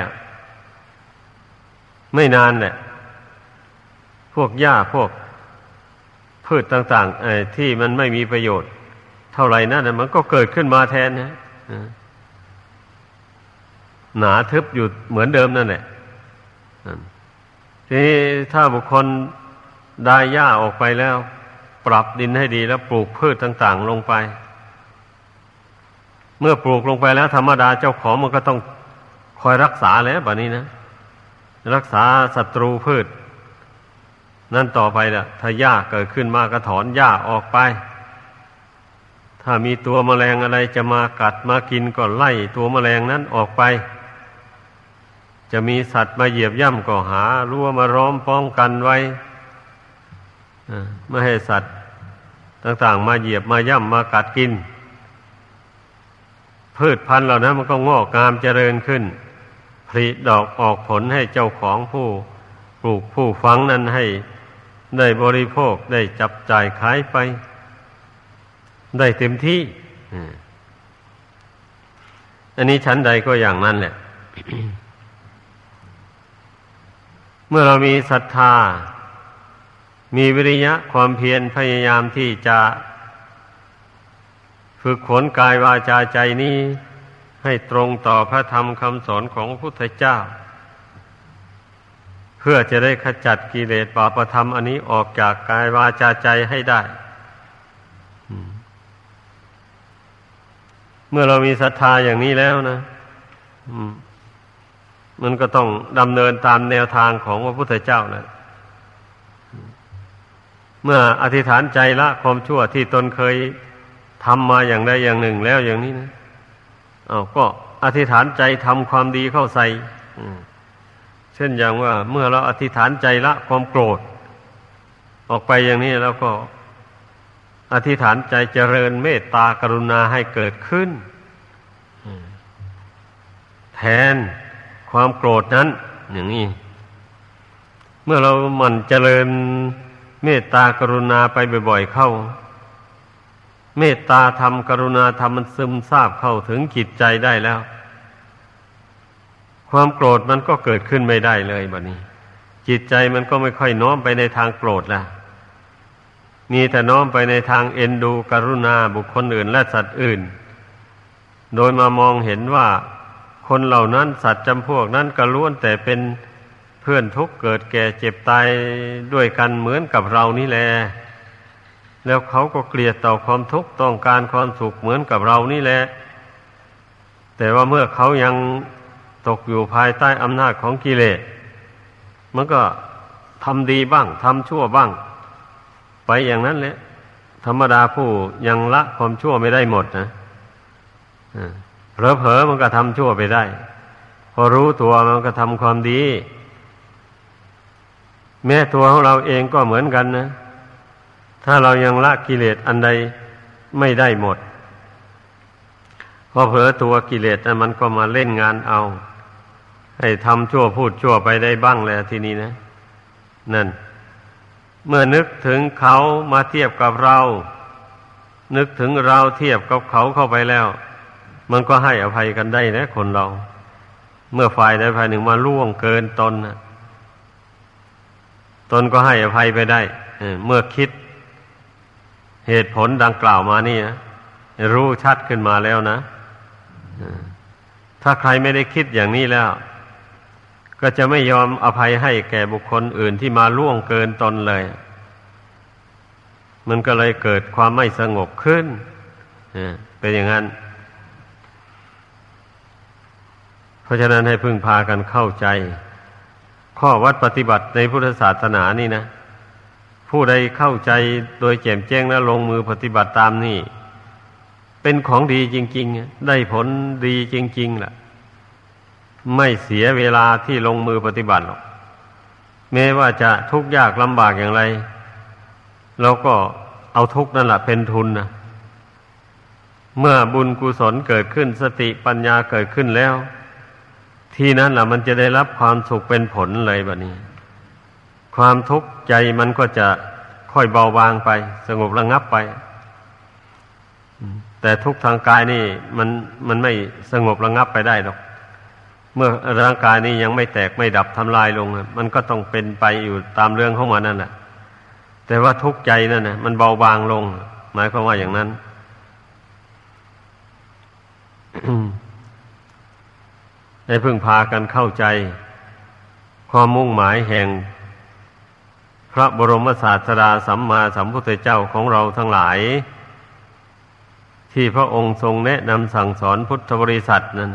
ไม่นานแหละพวกหญ้าพวกพืชต่างๆที่มันไม่มีประโยชน์เท่าไหร่นั่นมันก็เกิดขึ้นมาแทนนะหนาทึบอยู่เหมือนเดิมนั่นแหละทีนี้ถ้าบุคคลได้หญ้าออกไปแล้วปรับดินให้ดีแล้วปลูกพืชต่างๆลงไปเมื่อปลูกลงไปแล้วธรรมดาเจ้าของมันก็ต้องคอยรักษาแล้วแบบนี้นะรักษาศัตรูพืชนั่นต่อไปล่ะถ้าหญ้าเกิดขึ้นมาก็ถอนหญ้าออกไปถ้ามีตัวแมลงอะไรจะมากัดมากินก็ไล่ตัวแมลงนั้นออกไปจะมีสัตว์มาเหยียบย่ำก็หารั้วมาล้อมป้องกันไว้ไม่ให้สัตว์ต่างๆมาเหยียบมาย่ำมากัดกินพืชพันธุ์เหล่านั้นมันก็งอกงามเจริญขึ้นผลิดอกออกผลให้เจ้าของผู้ปลูกผู้ฝังนั้นให้ได้บริโภคได้จับจ่ายขายไปได้เต็มที่อันนี้ชั้นใดก็อย่างนั้นแหละ เมื่อเรามีศรัทธามีวิริยะความเพียรพยายามที่จะฝึกฝนกายวาจาใจนี้ให้ตรงต่อพระธรรมคำสอนของพระพุทธเจ้าเพื่อจะได้ขจัดกิเลสบาปธรรมอันนี้ออกจากกายวาจาใจให้ได้เมื่อเรามีศรัทธาอย่างนี้แล้วนะมันก็ต้องดำเนินตามแนวทางของพระพุทธเจ้าแหละเมื่ออธิษฐานใจละความชั่วที่ตนเคยทำมาอย่างใดอย่างหนึ่งแล้วอย่างนี้นะก็อธิษฐานใจทำความดีเข้าใส่เช่นอย่างว่าเมื่อเราอธิษฐานใจละความโกรธออกไปอย่างนี้แล้วก็อธิษฐานใจเจริญเมตตากรุณาให้เกิดขึ้นแทนความโกรธนั้นอย่างนี้เมื่อเราหมั่นเจริญเมตตากรุณาไปบ่อยๆเข้าเมตตาธรรมกรุณาธรรมมันซึมซาบเข้าถึงจิตใจได้แล้วความโกรธมันก็เกิดขึ้นไม่ได้เลยบัดนี้จิตใจมันก็ไม่ค่อยน้อมไปในทางโกรธละมีแต่น้อมไปในทางเอ็นดูกรุณาบุคคลอื่นและสัตว์อื่นโดยมามองเห็นว่าคนเหล่านั้นสัตว์จำพวกนั้นก็ล้วนแต่เป็นเพื่อนทุกข์เกิดแก่เจ็บตายด้วยกันเหมือนกับเรานี่แหละแล้วเขาก็เกลียดต่อความทุกข์ต้องการความสุขเหมือนกับเรานี่แหละแต่ว่าเมื่อเขายังตกอยู่ภายใต้อำนาจของกิเลสมันก็ทำดีบ้างทำชั่วบ้างไปอย่างนั้นแหละธรรมดาผู้ยังละความชั่วไม่ได้หมดนะเผลอๆมันก็ทำชั่วไปได้พอรู้ตัวมันก็ทำความดีแม้ตัวของเราเองก็เหมือนกันนะถ้าเรายังละกิเลสอันใดไม่ได้หมดพอเผลอตัวกิเลสนั้นมันก็มาเล่นงานเอาให้ทำชั่วพูดชั่วไปได้บ้างแล้วทีนี้นะนั่นเมื่อนึกถึงเขามาเทียบกับเรานึกถึงเราเทียบกับเขาเข้าไปแล้วมันก็ให้อภัยกันได้นะคนเราเมื่อฝ่ายใดฝ่ายหนึ่งมาล่วงเกินตนตนก็ให้อภัยไปได้เมื่อคิดเหตุผลดังกล่าวมานี่นะรู้ชัดขึ้นมาแล้วนะถ้าใครไม่ได้คิดอย่างนี้แล้วก็จะไม่ยอมอภัยให้แก่บุคคลอื่นที่มาล่วงเกินตนเลยมันก็เลยเกิดความไม่สงบขึ้นเป็นอย่างนั้นเพราะฉะนั้นให้พึ่งพากันเข้าใจข้อวัดปฏิบัติในพุทธศาสนานี่นะผู้ใดเข้าใจโดยแจ่มแจ้งและลงมือปฏิบัติตามนี่เป็นของดีจริงๆได้ผลดีจริงๆล่ะไม่เสียเวลาที่ลงมือปฏิบัติหรอกแม้ว่าจะทุกข์ยากลำบากอย่างไรเราก็เอาทุกข์นั่นแหละเป็นทุนนะเมื่อบุญกุศลเกิดขึ้นสติปัญญาเกิดขึ้นแล้วที่นั้นล่ะมันจะได้รับความสุขเป็นผลเลยบัดนี้ความทุกข์ใจมันก็จะค่อยเบาบางไปสงบระงับไปแต่ทุกข์ทางกายนี่มันไม่สงบระงับไปได้หรอกเมื่อร่างกายนี้ยังไม่แตกไม่ดับทำลายลงมันก็ต้องเป็นไปอยู่ตามเรื่องของมันนั่นแหละแต่ว่าทุกข์ใจนั่นนะมันเบาบางลงหมายความว่าอย่างนั้น ให้พึ่งพากันเข้าใจความมุ่งหมายแห่งพระบรมศาสดาสัมมาสัมพุทธเจ้าของเราทั้งหลายที่พระองค์ทรงแนะนำสั่งสอนพุทธบริษัทนั่น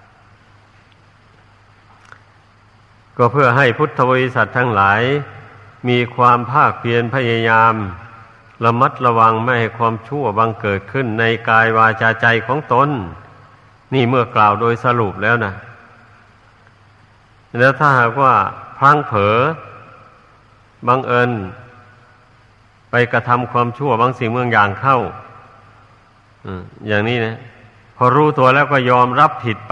ก็เพื่อให้พุทธบริษัททั้งหลายมีความภาคเพียรพยายามระมัดระวังไม่ให้ความชั่วบังเกิดขึ้นในกายวาจาใจของตนนี่เมื่อกล่าวโดยสรุปแล้วนะแล้วถ้าหากว่าพลั้งเผลอบังเอิญไปกระทำความชั่วบางสิ่งบางอย่างเข้าอย่างนี้นะพอรู้ตัวแล้วก็ยอมรับผิดไป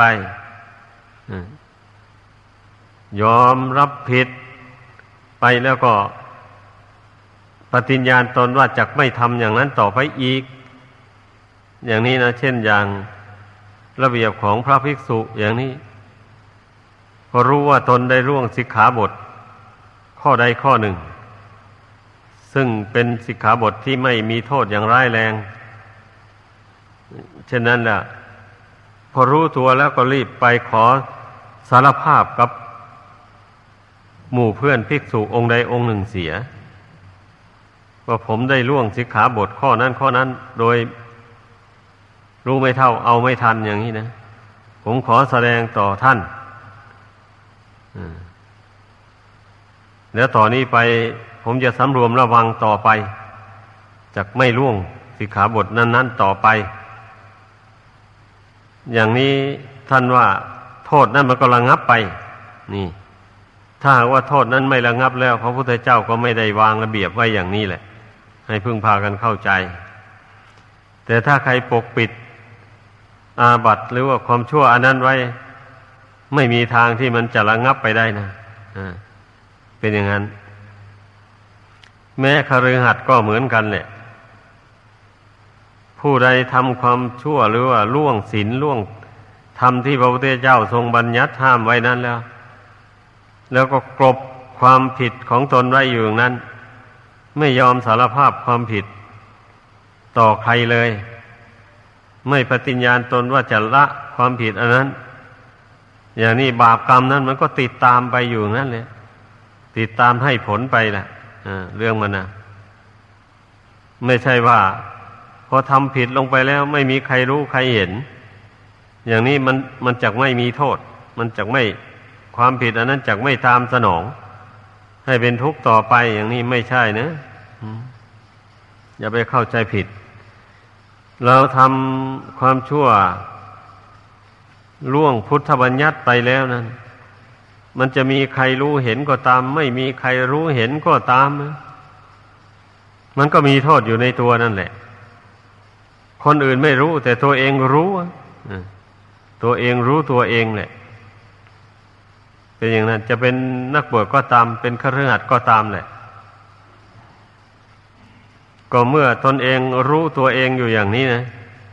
ยอมรับผิดไปแล้วก็ปฏิญญาณตนว่าจะไม่ทำอย่างนั้นต่อไปอีกอย่างนี้นะเช่นอย่างระเบียบของพระภิกษุอย่างนี้พอรู้ว่าตนได้ล่วงสิกขาบทข้อใดข้อหนึ่งซึ่งเป็นสิกขาบทที่ไม่มีโทษอย่างร้ายแรงเช่นนั้นแหละพอรู้ตัวแล้วก็รีบไปขอสารภาพกับหมู่เพื่อนภิกษุองค์ใดองค์หนึ่งเสียว่าผมได้ล่วงสิกขาบทข้อนั้นข้อนั้นโดยรู้ไม่เท่าเอาไม่ทันอย่างนี้นะผมขอแสดงต่อท่านแล้วต่อนนี้ไปผมจะสำรวมระวังต่อไปจักไม่ล่วงสิกขาบทนั้นๆต่อไปอย่างนี้ท่านว่าโทษนั้นมันก็ระงับไปนี่ถ้าว่าโทษนั้นไม่ระงับแล้วพระพุทธเจ้าก็ไม่ได้วางระเบียบไว้อย่างนี้แหละให้พึ่งพากันเข้าใจแต่ถ้าใครปกปิดอาบัติหรือว่าความชั่วอันนั้นไว้ไม่มีทางที่มันจะระงับไปได้นะเป็นอย่างนั้นแม้คฤหัสถ์ก็เหมือนกันแหละผู้ใดทำความชั่วหรือว่าล่วงศีลล่วงธรรมที่พระพุทธเจ้าทรงบัญญัติห้ามไว้นั้นแล้วก็กลบความผิดของตนไว้อยู่อย่างนั้นไม่ยอมสารภาพความผิดต่อใครเลยไม่ปฏิญญาณตนว่าจะละความผิดอันนั้นอย่างนี้บาปกรรมนั้นมันก็ติดตามไปอยู่นั่นเลยติดตามให้ผลไปแหละเรื่องมันนะไม่ใช่ว่าพอทำผิดลงไปแล้วไม่มีใครรู้ใครเห็นอย่างนี้มันจักไม่มีโทษมันจักไม่ความผิดอันนั้นจักไม่ตามสนองให้เป็นทุกข์ต่อไปอย่างนี้ไม่ใช่นะอย่าไปเข้าใจผิดเราทำความชั่วล่วงพุทธบัญญัติไปแล้วนั้นมันจะมีใครรู้เห็นก็ตามไม่มีใครรู้เห็นก็ตามมันก็มีโทษอยู่ในตัวนั่นแหละคนอื่นไม่รู้แต่ตัวเองรู้ตัวเองรู้ตัวเองแหละเป็นอย่างนั้นจะเป็นนักบวชก็ตามเป็นคฤหัสถ์ก็ตามแหละก็เมื่อตนเองรู้ตัวเองอยู่อย่างนี้นะ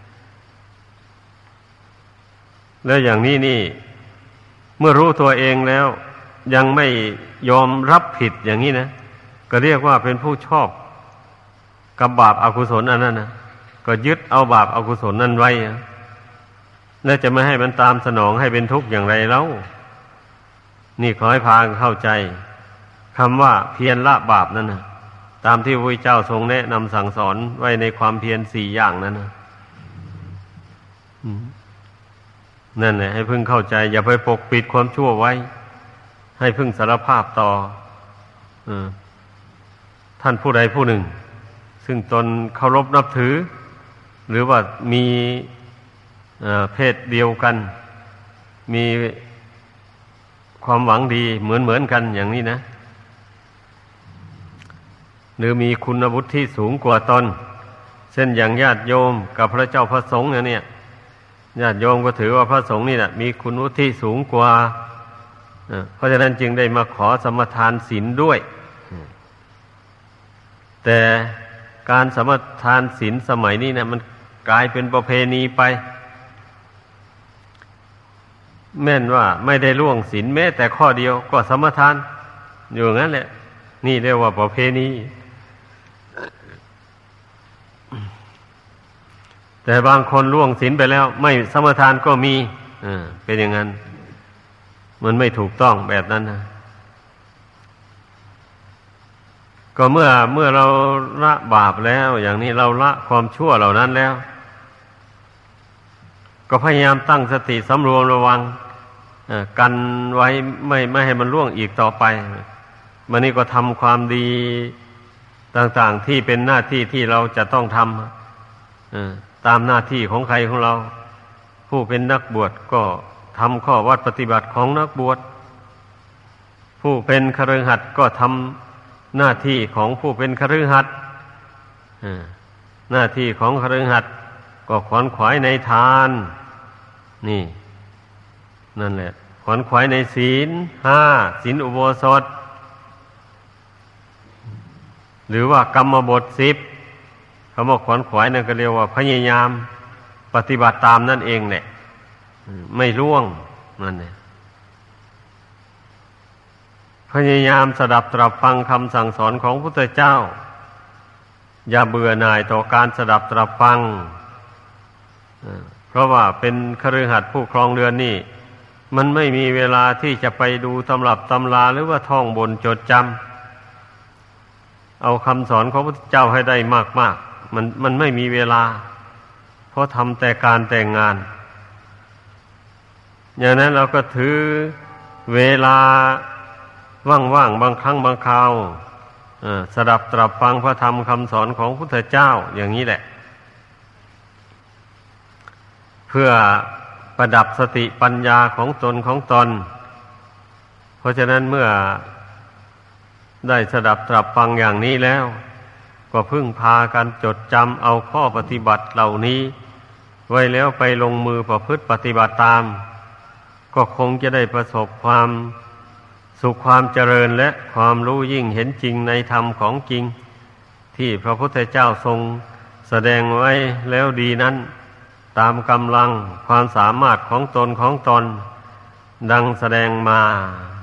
แล้วอย่างนี้นี่เมื่อรู้ตัวเองแล้วยังไม่ยอมรับผิดอย่างนี้นะก็เรียกว่าเป็นผู้ชอบกับบาปอกุศลอันนั้นนะก็ยึดเอาบาปอกุศลนั้นไว้นะแล้วจะไม่ให้มันตามสนองให้เป็นทุกข์อย่างไรแล้วนี่ขอให้พาเข้าใจคำว่าเพียรละบาปนั่นนะตามที่พระพุทธเจ้าทรงแนะนำสั่งสอนไว้ในความเพียรสี่อย่างนั้นนะนั่นแหละให้พึงเข้าใจอย่าไปปกปิดความชั่วไว้ให้พึงสารภาพต่อท่านผู้ใดผู้หนึ่งซึ่งตนเคารพนับถือหรือว่ามีเพศเดียวกันมีความหวังดีเหมือนกันอย่างนี้นะหรือมีคุณวุฒิที่สูงกว่าตนเช่นอย่างญาติโยมกับพระเจ้าพระสงฆ์เนี่ยญาติโยมก็ถือว่าพระสงฆ์นี่แหละมีคุณวุฒิที่สูงกว่าเพราะฉะนั้นจึงได้มาขอสมทานศีลด้วยแต่การสมทานศีลสมัยนี้นะมันกลายเป็นประเพณีไปแม่นว่าไม่ได้ล่วงศีลแม้แต่ข้อเดียวก็สมทานอยู่งั้นแหละนี่เรียกว่าประเพณีแต่บางคนล่วงศีลไปแล้วไม่สมทานก็มีเป็นอย่างนั้นมันไม่ถูกต้องแบบนั้นนะก็เมื่อเราละบาปแล้วอย่างนี้เราละความชั่วเหล่านั้นแล้วก็พยายามตั้งสติสำรวมระวังกันไว้ไม่ให้มันล่วงอีกต่อไปมันนี่ก็ทำความดีต่างๆที่เป็นหน้าที่ที่เราจะต้องทำตามหน้าที่ของใครของเราผู้เป็นนักบวชก็ทำข้อวัดปฏิบัติของนักบวชผู้เป็นคฤหัสถ์ก็ทำหน้าที่ของผู้เป็นคฤหัสถ์หน้าที่ของคฤหัสถ์ก็ขวนขวายในทานนี่นั่นแหละขวนขวายในศีล5ศีลอุโบสถหรือว่ากรรมบท10คำว่าขวนขวายนั่นก็เรียกว่าพยายามปฏิบัติตามนั่นเองแหละไม่ล่วงนั่นแหละพยายามสดับตรับฟังคำสั่งสอนของพระพุทธเจ้าอย่าเบื่อหน่ายต่อการสดับตรับฟังเพราะว่าเป็นคฤหัสถ์ผู้ครองเรือนนี่มันไม่มีเวลาที่จะไปดูตำรับตำราหรือว่าท่องบนจดจำเอาคำสอนของพระพุทธเจ้าให้ได้มากๆมันไม่มีเวลาเพราะทำแต่การแต่งงานอย่างนั้นเราก็ถือเวลาว่างๆบางครั้งบางคราวสดับตรับฟังพระธรรมคำสอนของพระพุทธเจ้าอย่างนี้แหละเพื่อประดับสติปัญญาของตนเพราะฉะนั้นเมื่อได้สดับตรับฟังอย่างนี้แล้วก็พึ่งพากันจดจำเอาข้อปฏิบัติเหล่านี้ไว้แล้วไปลงมือประพฤติปฏิบัติตามก็คงจะได้ประสบความสุขความเจริญและความรู้ยิ่งเห็นจริงในธรรมของจริงที่พระพุทธเจ้าทรงแสดงไว้แล้วดีนั้นตามกำลังความสามารถของตนดังแสดงมา